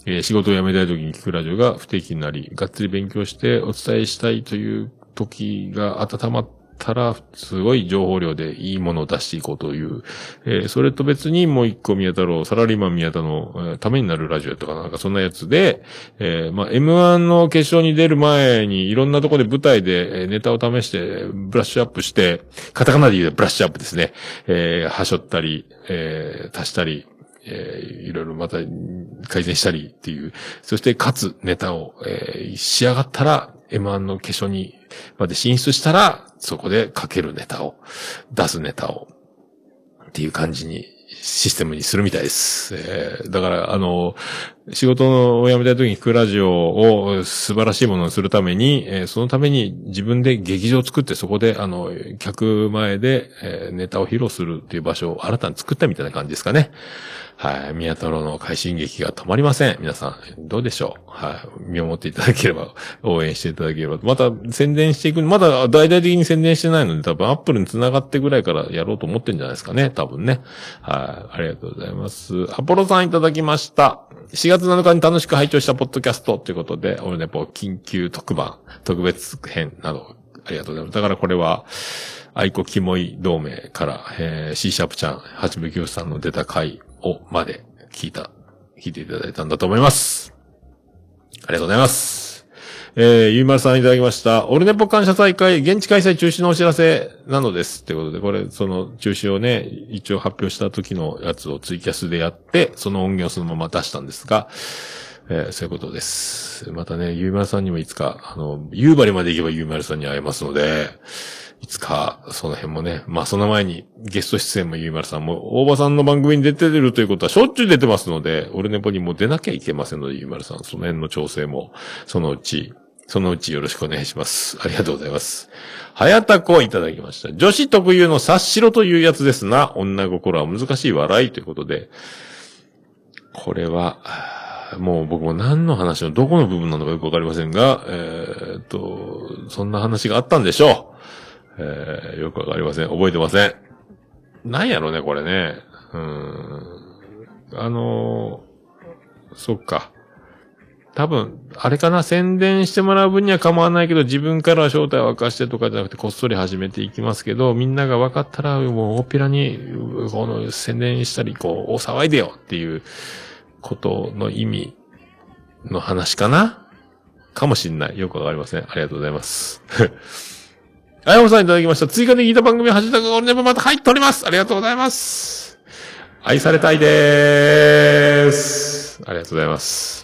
えー、仕事を辞めたい時に聞くラジオが不定期になり、がっつり勉強してお伝えしたいという時が温まったら、すごい情報量でいいものを出していこうという、えー、それと別にもう一個宮太郎、サラリーマン宮田の、えー、ためになるラジオとかなんかそんなやつで、えー、まあ、エムワン の決勝に出る前にいろんなところで舞台でネタを試してブラッシュアップして、カタカナで言うブラッシュアップですね。えー、はしょったり、えー、足したり、えー、いろいろまた改善したりっていう、そしてかつネタを、えー、仕上がったら エムワン の決勝にまで進出したら、そこでかけるネタを、出すネタをっていう感じにシステムにするみたいです。えー、だからあの仕事を辞めたい時に聞くラジオを素晴らしいものにするために、えー、そのために自分で劇場を作ってそこであの客前で、えー、ネタを披露するっていう場所を新たに作ったみたいな感じですかね。はい。宮太郎の快進撃が止まりません。皆さん、どうでしょう。はい。見守っていただければ、応援していただければ。また宣伝していく。まだ大々的に宣伝してないので、多分アップルに繋がってぐらいからやろうと思ってるんじゃないですかね。多分ね。はい。ありがとうございます。アポロさんいただきました。しがつなのかに楽しく拝聴したポッドキャストということで、オルネポ緊急特番、特別編など、ありがとうございます。だからこれは、愛子キモイ同盟から、えー、C シャープちゃん、はちぶきゅうさんの出た回をまで聞いた、聞いていただいたんだと思います。ありがとうございます。えー、ゆいまるさんいただきました。オルネポ感謝大会、現地開催中止のお知らせなのです。ということで、これ、その中止をね、一応発表した時のやつをツイキャスでやって、その音源をそのまま出したんですが、えー、そういうことです。またね、ゆいまるさんにもいつか、あの、夕張まで行けばゆいまるさんに会えますので、いつか、その辺もね、まあその前にゲスト出演もゆいまるさんも、大場さんの番組に出てるということはしょっちゅう出てますので、オルネポにも出なきゃいけませんので、ゆいまるさん、その辺の調整も、そのうち、そのうちよろしくお願いします。ありがとうございます。はやたこいただきました。女子特有の察しろというやつですな。女心は難しい笑いということで、これは、もう僕も何の話のどこの部分なのかよくわかりませんが、えーっと、そんな話があったんでしょう。えー、よくわかりません。覚えてません。なんやろね、これね。うーん。あのー、そっか。多分、あれかな、宣伝してもらう分には構わないけど、自分からは正体を明かしてとかじゃなくて、こっそり始めていきますけど、みんなが分かったら、もう、大っぴらに、この、宣伝したり、こう、お騒いでよっていうことの意味の話かなかもしんない。よくわかりません。ありがとうございます。あやもさんいただきました。追加で聞いた番組ハッシュタグオルネポまた入っております。ありがとうございます。愛されたいでーす。ありがとうございます。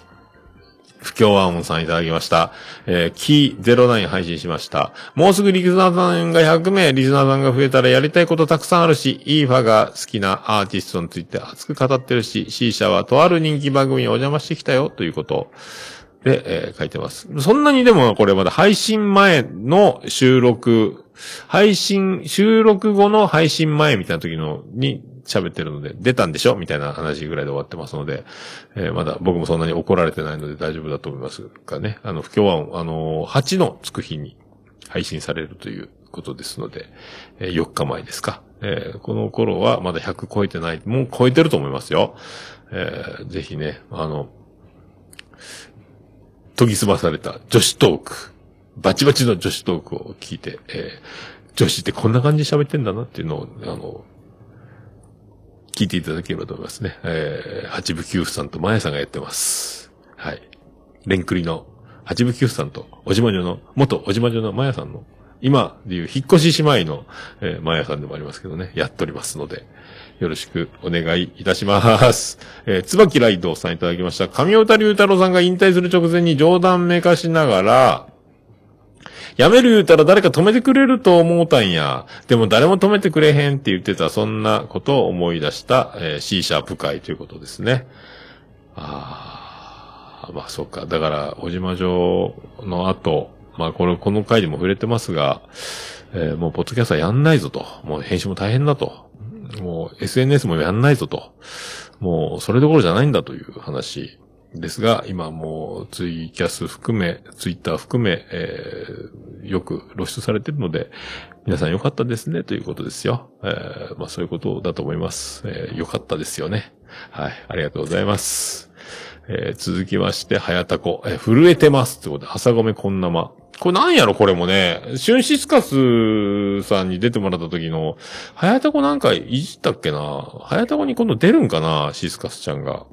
不協和音さんいただきました。えー、キーゼロナイン配信しました。もうすぐリスナーさんがひゃくめい、リスナーさんが増えたらやりたいことたくさんあるし、イーファが好きなアーティストについて熱く語ってるし、C 社はとある人気番組にお邪魔してきたよ、ということ。で、えー、書いてます。そんなにでもこれまだ配信前の収録、配信、収録後の配信前みたいな時のに喋ってるので、出たんでしょみたいな話ぐらいで終わってますので、えー、まだ僕もそんなに怒られてないので大丈夫だと思いますがね。あの、不協和音、あのー、はちのつく日に配信されるということですので、えー、よっかまえですか。えー、この頃はまだひゃく超えてない、もう超えてると思いますよ。えー、ぜひね、あの、研ぎ澄まされた女子トーク、バチバチの女子トークを聞いて、えー、女子ってこんな感じで喋ってんだなっていうのを、あの、聞いていただければと思いますね。えー、八部九夫さんとマヤさんがやってます。はい。レンクリの八部九夫さんと、おじまじょの、元おじまじょのマヤさんの、今でいう引っ越し姉妹の、えー、マヤさんでもありますけどね、やっておりますので、よろしくお願いいたします。えー、つばきライドさんいただきました。神尾田龍太郎さんが引退する直前に冗談めかしながら、やめる言うたら誰か止めてくれると思うたんや。でも誰も止めてくれへんって言ってた、そんなことを思い出した、えー、C シャープ会ということですね。ああ、まあそうか。だから、小島城の後、まあこれ、この回でも触れてますが、えー、もうポッドキャストはやんないぞと。もう編集も大変だと。もう エスエヌエス もやんないぞと。もうそれどころじゃないんだという話ですが、今もうツイキャス含め、ツイッター含め、えー、よく露出されているので、皆さんよかったですねということですよ。えー、まあそういうことだと思います。えー、よかったですよね。はい、ありがとうございます。 えー、続きまして、はやたこ、えー、震えてますってことで、はさごめこんなま。これなんやろこれもね、シュンシスカスさんに出てもらった時の、はやたこなんかいじったっけな？はやたこに今度出るんかな？シスカスちゃんが。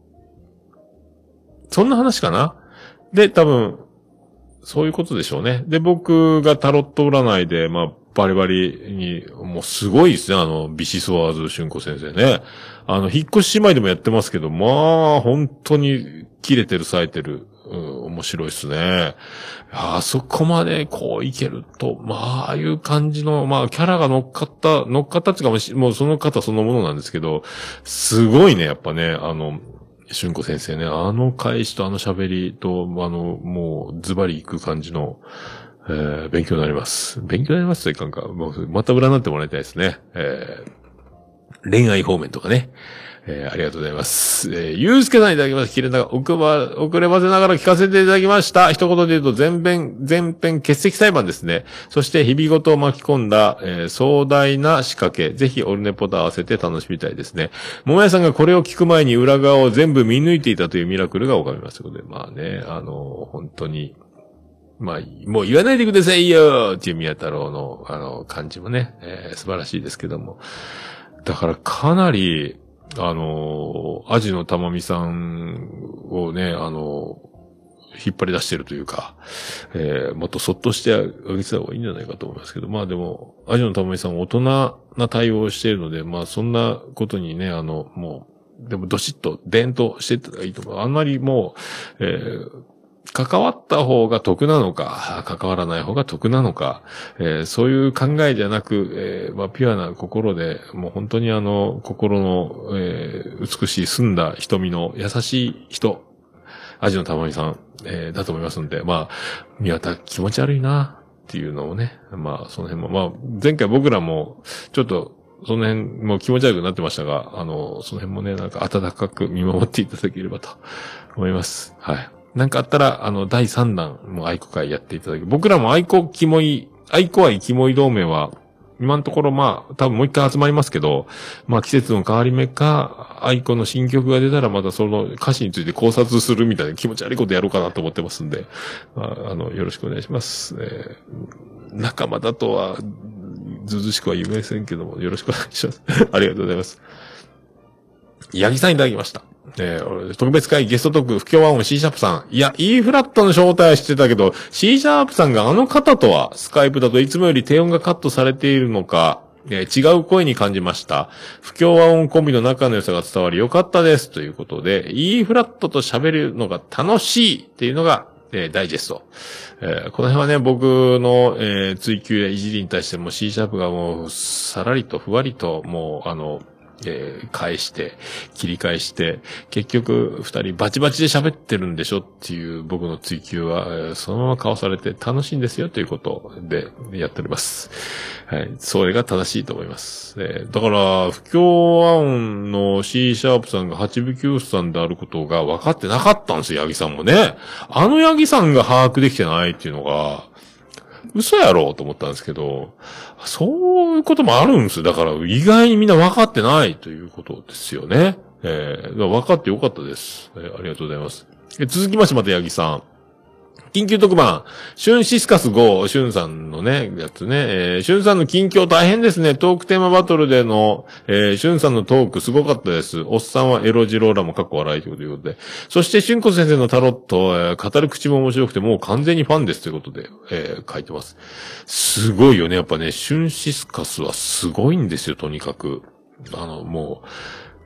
そんな話かな？で、多分、そういうことでしょうね。で、僕がタロット占いで、まあ、バリバリに、もうすごいですね、あの、ビシソワーズ俊子先生ね。あの、引っ越し姉妹でもやってますけど、まあ、本当に、切れてる、冴えてる、うん、面白いですね。あそこまで、こう、いけると、まあ、ああいう感じの、まあ、キャラが乗っかった、乗っかったっていうかもし、もうその方そのものなんですけど、すごいね、やっぱね、あの、俊子先生ね、あの返しとあの喋りと、あの、もう、ズバリいく感じの、えー、勉強になります。勉強になりますといかんか。もうまた占ってもらいたいですね。えー、恋愛方面とかね。えー、ありがとうございます。えー、ゆうすけさんいただきました。切れながら、遅ば、遅ればせながら聞かせていただきました。一言で言うと、全編、全編欠席裁判ですね。そして、日々ごとを巻き込んだ、えー、壮大な仕掛け。ぜひ、オルネポと合わせて楽しみたいですね。桃屋さんがこれを聞く前に裏側を全部見抜いていたというミラクルが拝みます。ということで、まあね、あの、本当に、まあ、もう言わないでくださいよっていう宮太郎の、あの、感じもね、えー、素晴らしいですけども。だからかなり、あの、アジのたまみさんをね、あの、引っ張り出してるというか、えー、もっとそっとしてあげてた方がいいんじゃないかと思いますけど、まあでも、アジのたまみさん大人な対応をしているので、まあそんなことにね、あの、もう、でもどしっと、伝統していったらいいと思う。あんまりもう、えー関わった方が得なのか、関わらない方が得なのか、えー、そういう考えじゃなく、えー、まあ、ピュアな心で、もう本当にあの、心の、えー、美しい澄んだ瞳の優しい人、アジのたまみさん、えー、だと思いますんで、まあ、宮田気持ち悪いな、っていうのをね、まあ、その辺も、まあ、前回僕らも、ちょっと、その辺も気持ち悪くなってましたが、あの、その辺もね、なんか温かく見守っていただければと思います。はい。なんかあったら、あの、だいさんだんも愛子会やっていただき、僕らも愛子キモい、愛子愛キモい同盟は、今のところまあ、多分もう一回集まりますけど、まあ季節の変わり目か、愛子の新曲が出たらまたその歌詞について考察するみたいな気持ち悪いことやろうかなと思ってますんで、まあ、あの、よろしくお願いします。えー、仲間だとは、ずうずうしくは言えませんけども、よろしくお願いします。ありがとうございます。八木さんいただきました。えー、特別会ゲストトーク、不協和音 C シャープさん。いや、E フラットの正体は知ってたけど、C シャープさんがあの方とは、スカイプだといつもより低音がカットされているのか、えー、違う声に感じました。不協和音コンビの仲の良さが伝わり良かったです。ということで、E フラットと喋るのが楽しいっていうのが、えー、ダイジェスト。えー、この辺はね、僕の、えー、追求やいじりに対しても C シャープがもう、さらりとふわりと、もう、あの、えー、返して、切り返して、結局、二人バチバチで喋ってるんでしょっていう僕の追求は、えー、そのまま交わされて楽しいんですよということでやっております。はい。それが正しいと思います。えー、だから、不協和音の C シャープさんがはちぶきゅうさんであることが分かってなかったんですよ、八木さんもね。あの八木さんが把握できてないっていうのが、嘘やろうと思ったんですけど、そういうこともあるんですよ。だから意外にみんな分かってないということですよね。えー、分かってよかったです。えー、ありがとうございます。え続きましてまた八木さん。緊急特番、シュンシスカスご、シュンさんのね、やつね、えー、シュンさんの近況大変ですね。トークテーマバトルでの、えー、シュンさんのトークすごかったです。おっさんはエロジローラもかっこ笑いということで。そして、シュンコ先生のタロット、えー、語る口も面白くて、もう完全にファンですということで、えー、書いてます。すごいよね。やっぱね、シュンシスカスはすごいんですよ、とにかく。あの、もう、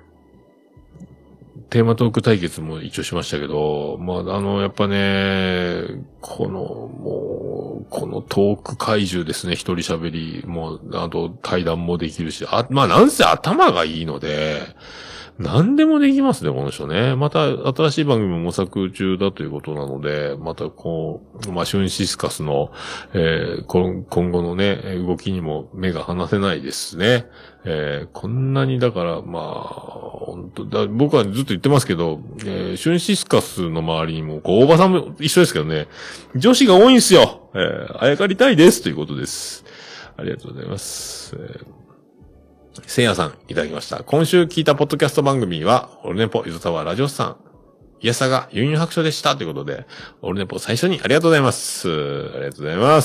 テーマトーク対決も一応しましたけど、まあ、あの、やっぱね、この、もう、このトーク怪獣ですね、一人喋り、もう、あと対談もできるし、あ、まあ、なんせ頭がいいので、何でもできますね、この人ね。また、新しい番組も模索中だということなので、またこう、まあ、シュンシスカスの、えー、今後のね、動きにも目が離せないですね。えー、こんなにだから、まあ、本当だ、僕はずっと言ってますけど、えー、シュンシスカスの周りにも、こう、おばさんも一緒ですけどね、女子が多いんですよ。えー、あやかりたいですということです。ありがとうございます。えーせいやさんいただきました。今週聞いたポッドキャスト番組は、オルネポ、ゆずたわラジオさん。 イヤサガ、ユンユン白書でした。ということで、オルネポ最初にありがとうございます。ありがとうございます。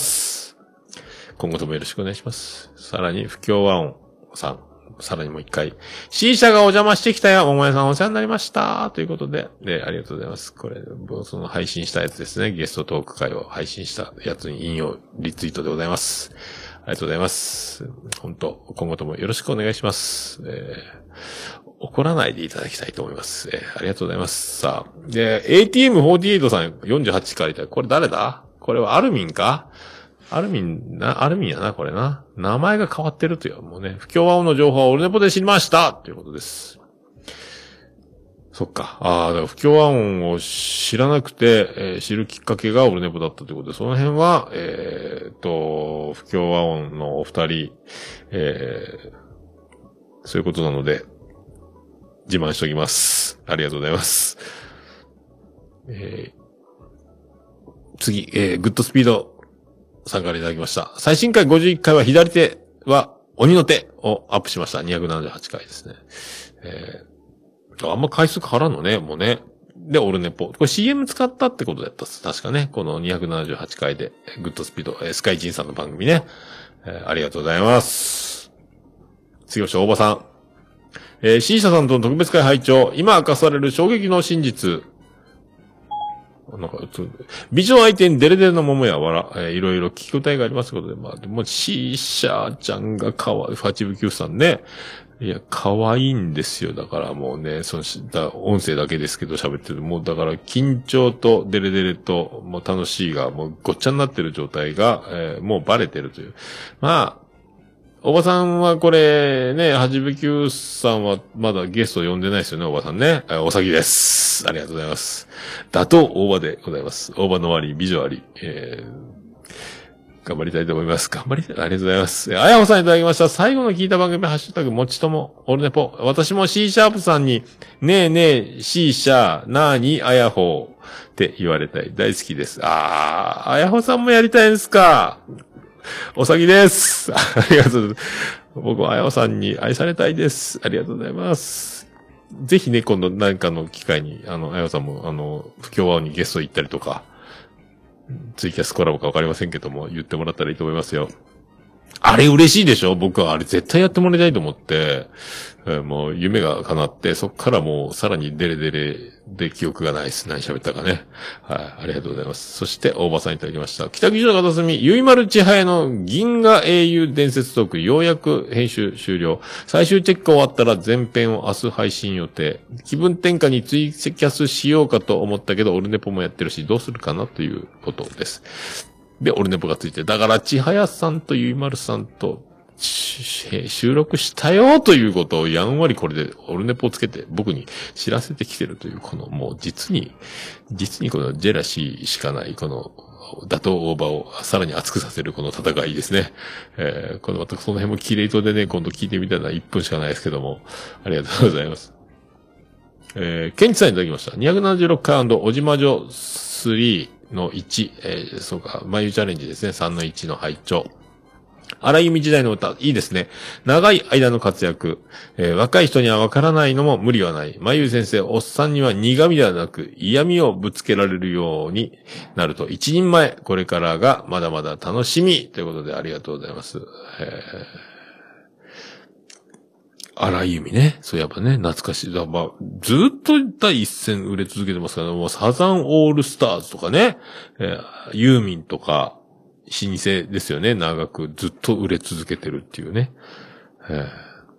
今後ともよろしくお願いします。さらに、不協和音さん。さらにもう一回。C 社がお邪魔してきたよ。桃屋さんお世話になりました。ということで、で、ありがとうございます。これ、その配信したやつですね。ゲストトーク会を配信したやつに引用、リツイートでございます。ありがとうございます。本当今後ともよろしくお願いします。えー、怒らないでいただきたいと思います。えー、ありがとうございます。さあ。で、エーティーエムフォーティーエイト さんよんじゅうはちからいた。これ誰だ？これはアルミンか？アルミンな、アルミンやな、これな。名前が変わってるという、もうね、不協和音の情報はオルネポで知りましたということです。そっか。ああ、だから不協和音を知らなくて、えー、知るきっかけがオルネポだったということで、その辺は、えーと、不協和音のお二人、えー、そういうことなので、自慢しておきます。ありがとうございます。えー、次、えー、グッドスピードさんからいただきました。最新回ごじゅういっかいは左手は鬼の手をアップしました。にひゃくななじゅうはちかいですね。えーあんま回数変わらんのね、もうね。で、オルネポ。これ シーエム 使ったってことだったっす。確かね。このにひゃくななじゅうはちかいで、グッドスピード、えー、スカイジンさんの番組ね。えー、ありがとうございます。次は大場さん。えー、シーシャさんとの特別会拝聴。今明かされる衝撃の真実。なんか、美女相手にデレデレの桃やわら、えー、いろいろ聞き応えがありますことで、まあ、でも、シーシャちゃんがかわいい、ファチブキューさんね。いや、可愛いんですよ。だからもうね、その、だ音声だけですけど喋ってる。もうだから緊張とデレデレと、もう楽しいが、もうごっちゃになってる状態が、えー、もうバレてるという。まあ、おばさんはこれね、はちぶきゅうさんはまだゲスト呼んでないですよね、おばさんね。おさぎです。ありがとうございます。打倒大場でございます。大場のあり、美女あり、えー頑張りたいと思います。頑張りたい。ありがとうございます。あやほさんいただきました。最後の聞いた番組、ハッシュタグ、もちとも、オルネポ。私も C シャープさんに、ねえねえ、C シャー、なーに、あやほって言われたい。大好きです。あー、あやほさんもやりたいんですか。おさぎです。ありがとうございます。僕はあやほさんに愛されたいです。ありがとうございます。ぜひね、今度何かの機会に、あの、あやほさんも、あの、不協和音にゲスト行ったりとか、ツイキャスコラボかわかりませんけども、言ってもらったらいいと思いますよ。あれ嬉しいでしょ？僕はあれ絶対やってもらいたいと思って、えー、もう夢が叶って、そっからもうさらにデレデレで記憶がないです。何喋ったかね。はい、ありがとうございます。そして、大場さんいただきました。北九州の片隅、ゆいまるちはやの銀河英雄伝説トーク、ようやく編集終了。最終チェック終わったら前編を明日配信予定。気分転換にツイキャスしようかと思ったけど、オルネポもやってるし、どうするかなということです。で、オルネポがついて、だから、ちはやさんとゆいまるさんと、収録したよということをやんわりこれでオルネポをつけて僕に知らせてきてるという、このもう実に、実にこのジェラシーしかないこの打倒大場をさらに熱くさせるこの戦いですね。えー、このまたその辺もキレイトでね、今度聞いてみたいのはいっぷんしかないですけども、ありがとうございます。えー、ケンチさんいただきました。にひゃくななじゅうろっかい&おじまじょさんのいち、えー、そうか、眉チャレンジですね。さんのいちの拝聴。荒井由実時代の歌、いいですね。長い間の活躍。えー、若い人にはわからないのも無理はない。まゆ先生、おっさんには苦味ではなく、嫌味をぶつけられるようになると、一人前。これからがまだまだ楽しみ。ということでありがとうございます。えー、荒井由実ね。そういえばね、懐かしい。だまあ、ずっと第一線売れ続けてますから、もうサザンオールスターズとかね、えー、ユーミンとか、老舗ですよね。長くずっと売れ続けてるっていうね。え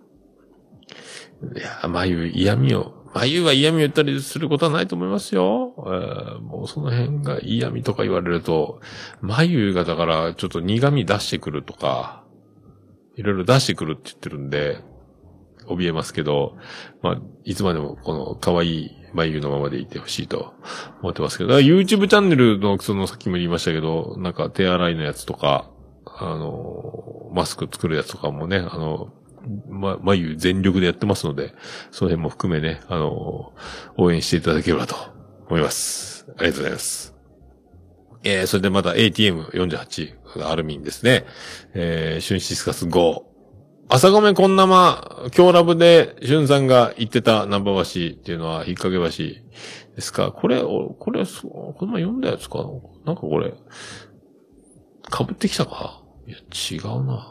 ー、いや、眉嫌味を、眉は嫌味を言ったりすることはないと思いますよ。えー、もうその辺が嫌味とか言われると、眉がだからちょっと苦味出してくるとか、いろいろ出してくるって言ってるんで、怯えますけど、まあ、いつまでもこの可愛い眉のままでいてほしいと思ってますけど、YouTube チャンネルのそのさっきも言いましたけど、なんか手洗いのやつとか、あの、マスク作るやつとかもね、あの、ま、眉全力でやってますので、その辺も含めね、あの、応援していただければと思います。ありがとうございます。えー、それでまた エーティーエムよんじゅうはち、アルミンですね。えー、シュンシスカスご。 朝ごめんこんなま、今日ラブで、しゅんさんが言ってたナンバー橋っていうのは、引っ掛け橋ですか？これ、これ、この前読んだやつかな？なんかこれ、被ってきたか？いや、違うな。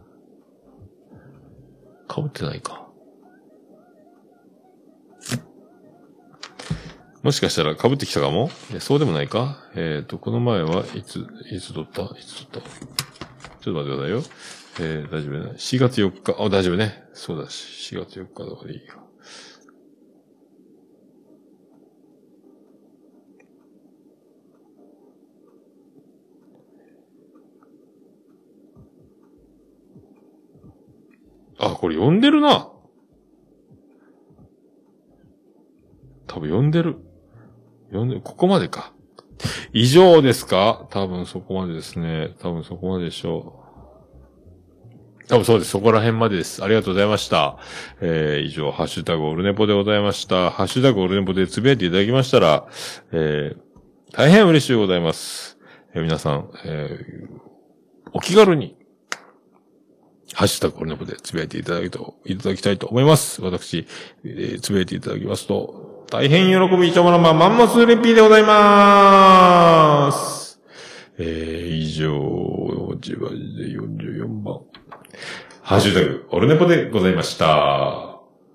被ってないか。もしかしたら被ってきたかも？そうでもないか？えっと、この前はいつ、いつ撮ったいつ撮ったちょっと待ってくださいよ。えー、大丈夫ね。しがつよっか、あ、大丈夫ね。そうだし、しがつよっかだからいいよ。あ、これ読んでるな。多分読んでる。読んでる。ここまでか。以上ですか？多分そこまでですね。多分そこまででしょう。多分そうです。そこら辺までです。ありがとうございました。えー、以上、ハッシュタグオルネポでございました。ハッシュタグオルネポでつぶやいていただきましたら、えー、大変嬉しいございます。えー、皆さん、えー、お気軽に、ハッシュタグオルネポでつぶやいていただきと、いただきたいと思います。私、えー、つぶやいていただきますと、大変喜びいちょまのまマンモスレピーでございまーす。えー、以上、じわじでよんじゅうよんばん。ハッシュタグ、オルネポでございました。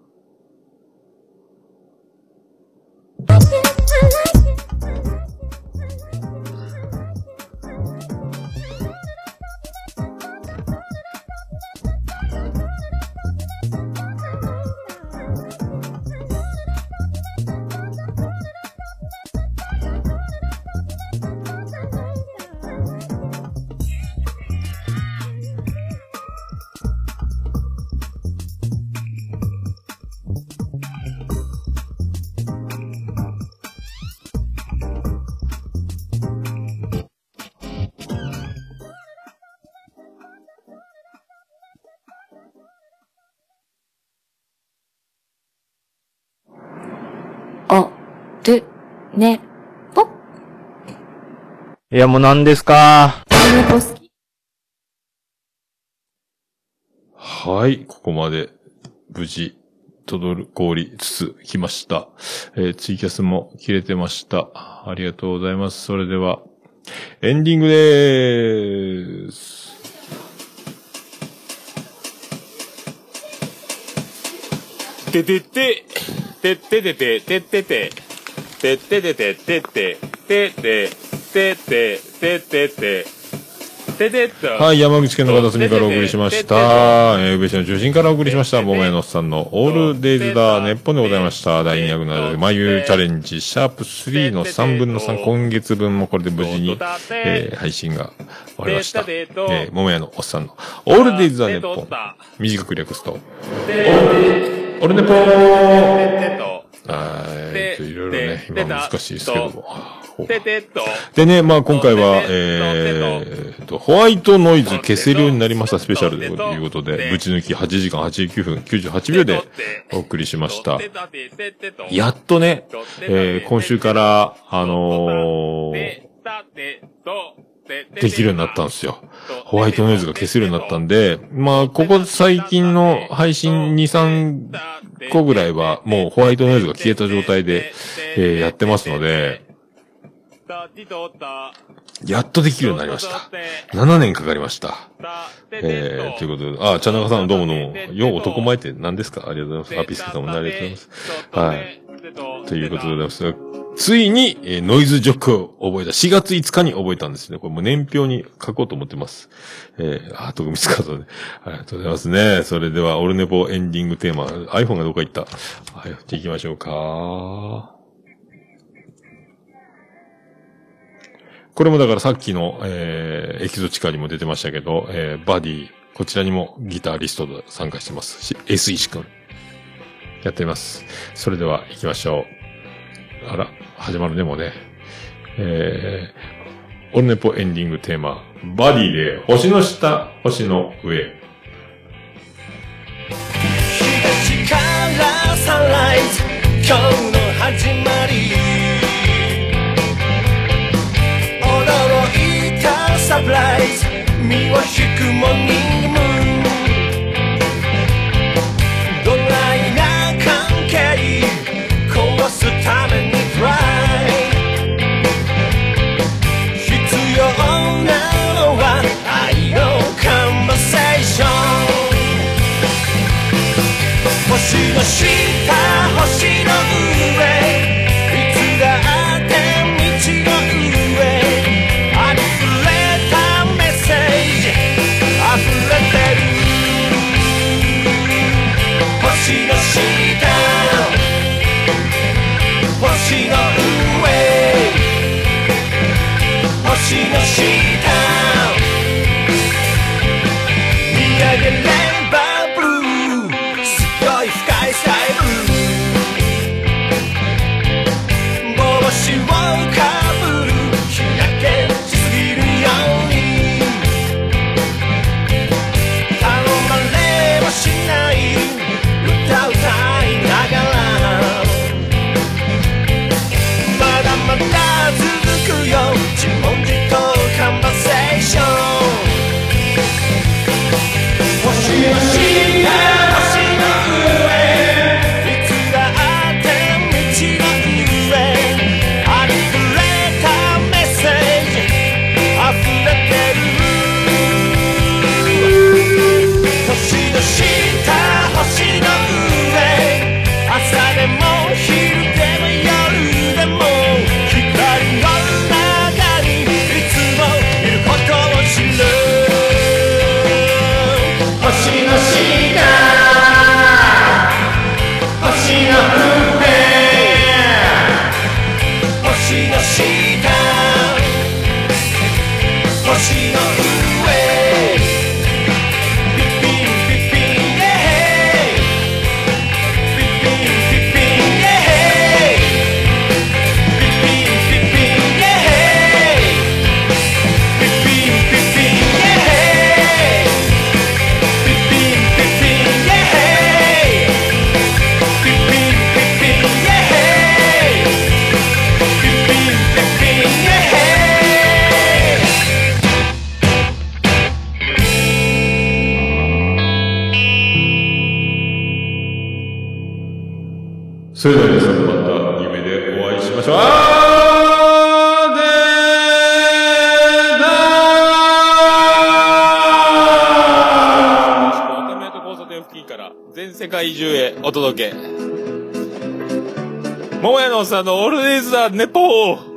る、ね、ぽ。 いや、もう何ですか？ ねぽ好き。 はい、ここまで、無事、滞りつつきました。えー、ツイキャスも切れてました。ありがとうございます。それでは、エンディングでーす。ててて、てててて、ててて、てててて、ててて、ててて、ててて、はい、山口県の片隅からお送りしました。えー、宇部市の中心からお送りしました。桃屋のおっさんのオールデイズだネッポンでございました。だいにひゃくななじゅう、眉チャレンジ、シャープスリーのさんぶんのさん、今月分もこれで無事に、えー、配信が終わりました。えー、桃屋のおっさんのオールデイズだネッポン。短く略すと、オルネポーはい、いろいろね、今難しいですけども。でね、まあ今回は、えーと、ホワイトノイズ消せるようになりましたスペシャルということで、ぶち抜きはちじかんはちじゅうきゅうふんきゅうじゅうはちびょうでお送りしました。やっとね、えー、今週から、あのー、できるようになったんですよ。ホワイトノイズが消せるようになったんで、まあ、ここ最近の配信に、さんこぐらいは、もうホワイトノイズが消えた状態で、えー、やってますので、やっとできるようになりました。ななねんかかりました。えー、ということで、あ、茶中さんどうもどうも、よう男前って何ですか？ありがとうございます。アピスケさんもありがとうございます。はい。ということでございます。ついに、えー、ノイズジョックを覚えた。しがついつかに覚えたんですね。これもう年表に書こうと思ってます。えー、あ、徳光カードで。ありがとうございますね。それでは、オルネポエンディングテーマ、iPhone がどこか行った。はい、行きましょうか。これもだからさっきの、えー、エキゾチカにも出てましたけど、えー、バディ、こちらにもギタリストで参加してますし、S 石くん。やっています。それでは行きましょう。あら、始まるね、もうね。えー、オルネポエンディングテーマ、バディで、星の下、星の上。 東からサンライズ、今日の始まり。驚いたサプライズ、身を引くモーニングムーン。 星の下星の上星の下星の上ピッピンピッピンイェヘイピッピンピッピンイェヘイピッピンピッピンイェヘイピッピンピッピンイェヘイピッピンピッピンイェヘイピッピンピッピンイェヘイピッピンピッピンイェヘイそれでは皆さんまた夢でお会いしましょう。あーでーだー。赤宮と交差点付近から全世界中へお届け。桃屋のおっさんのオールディーズ・ザ・ネポー。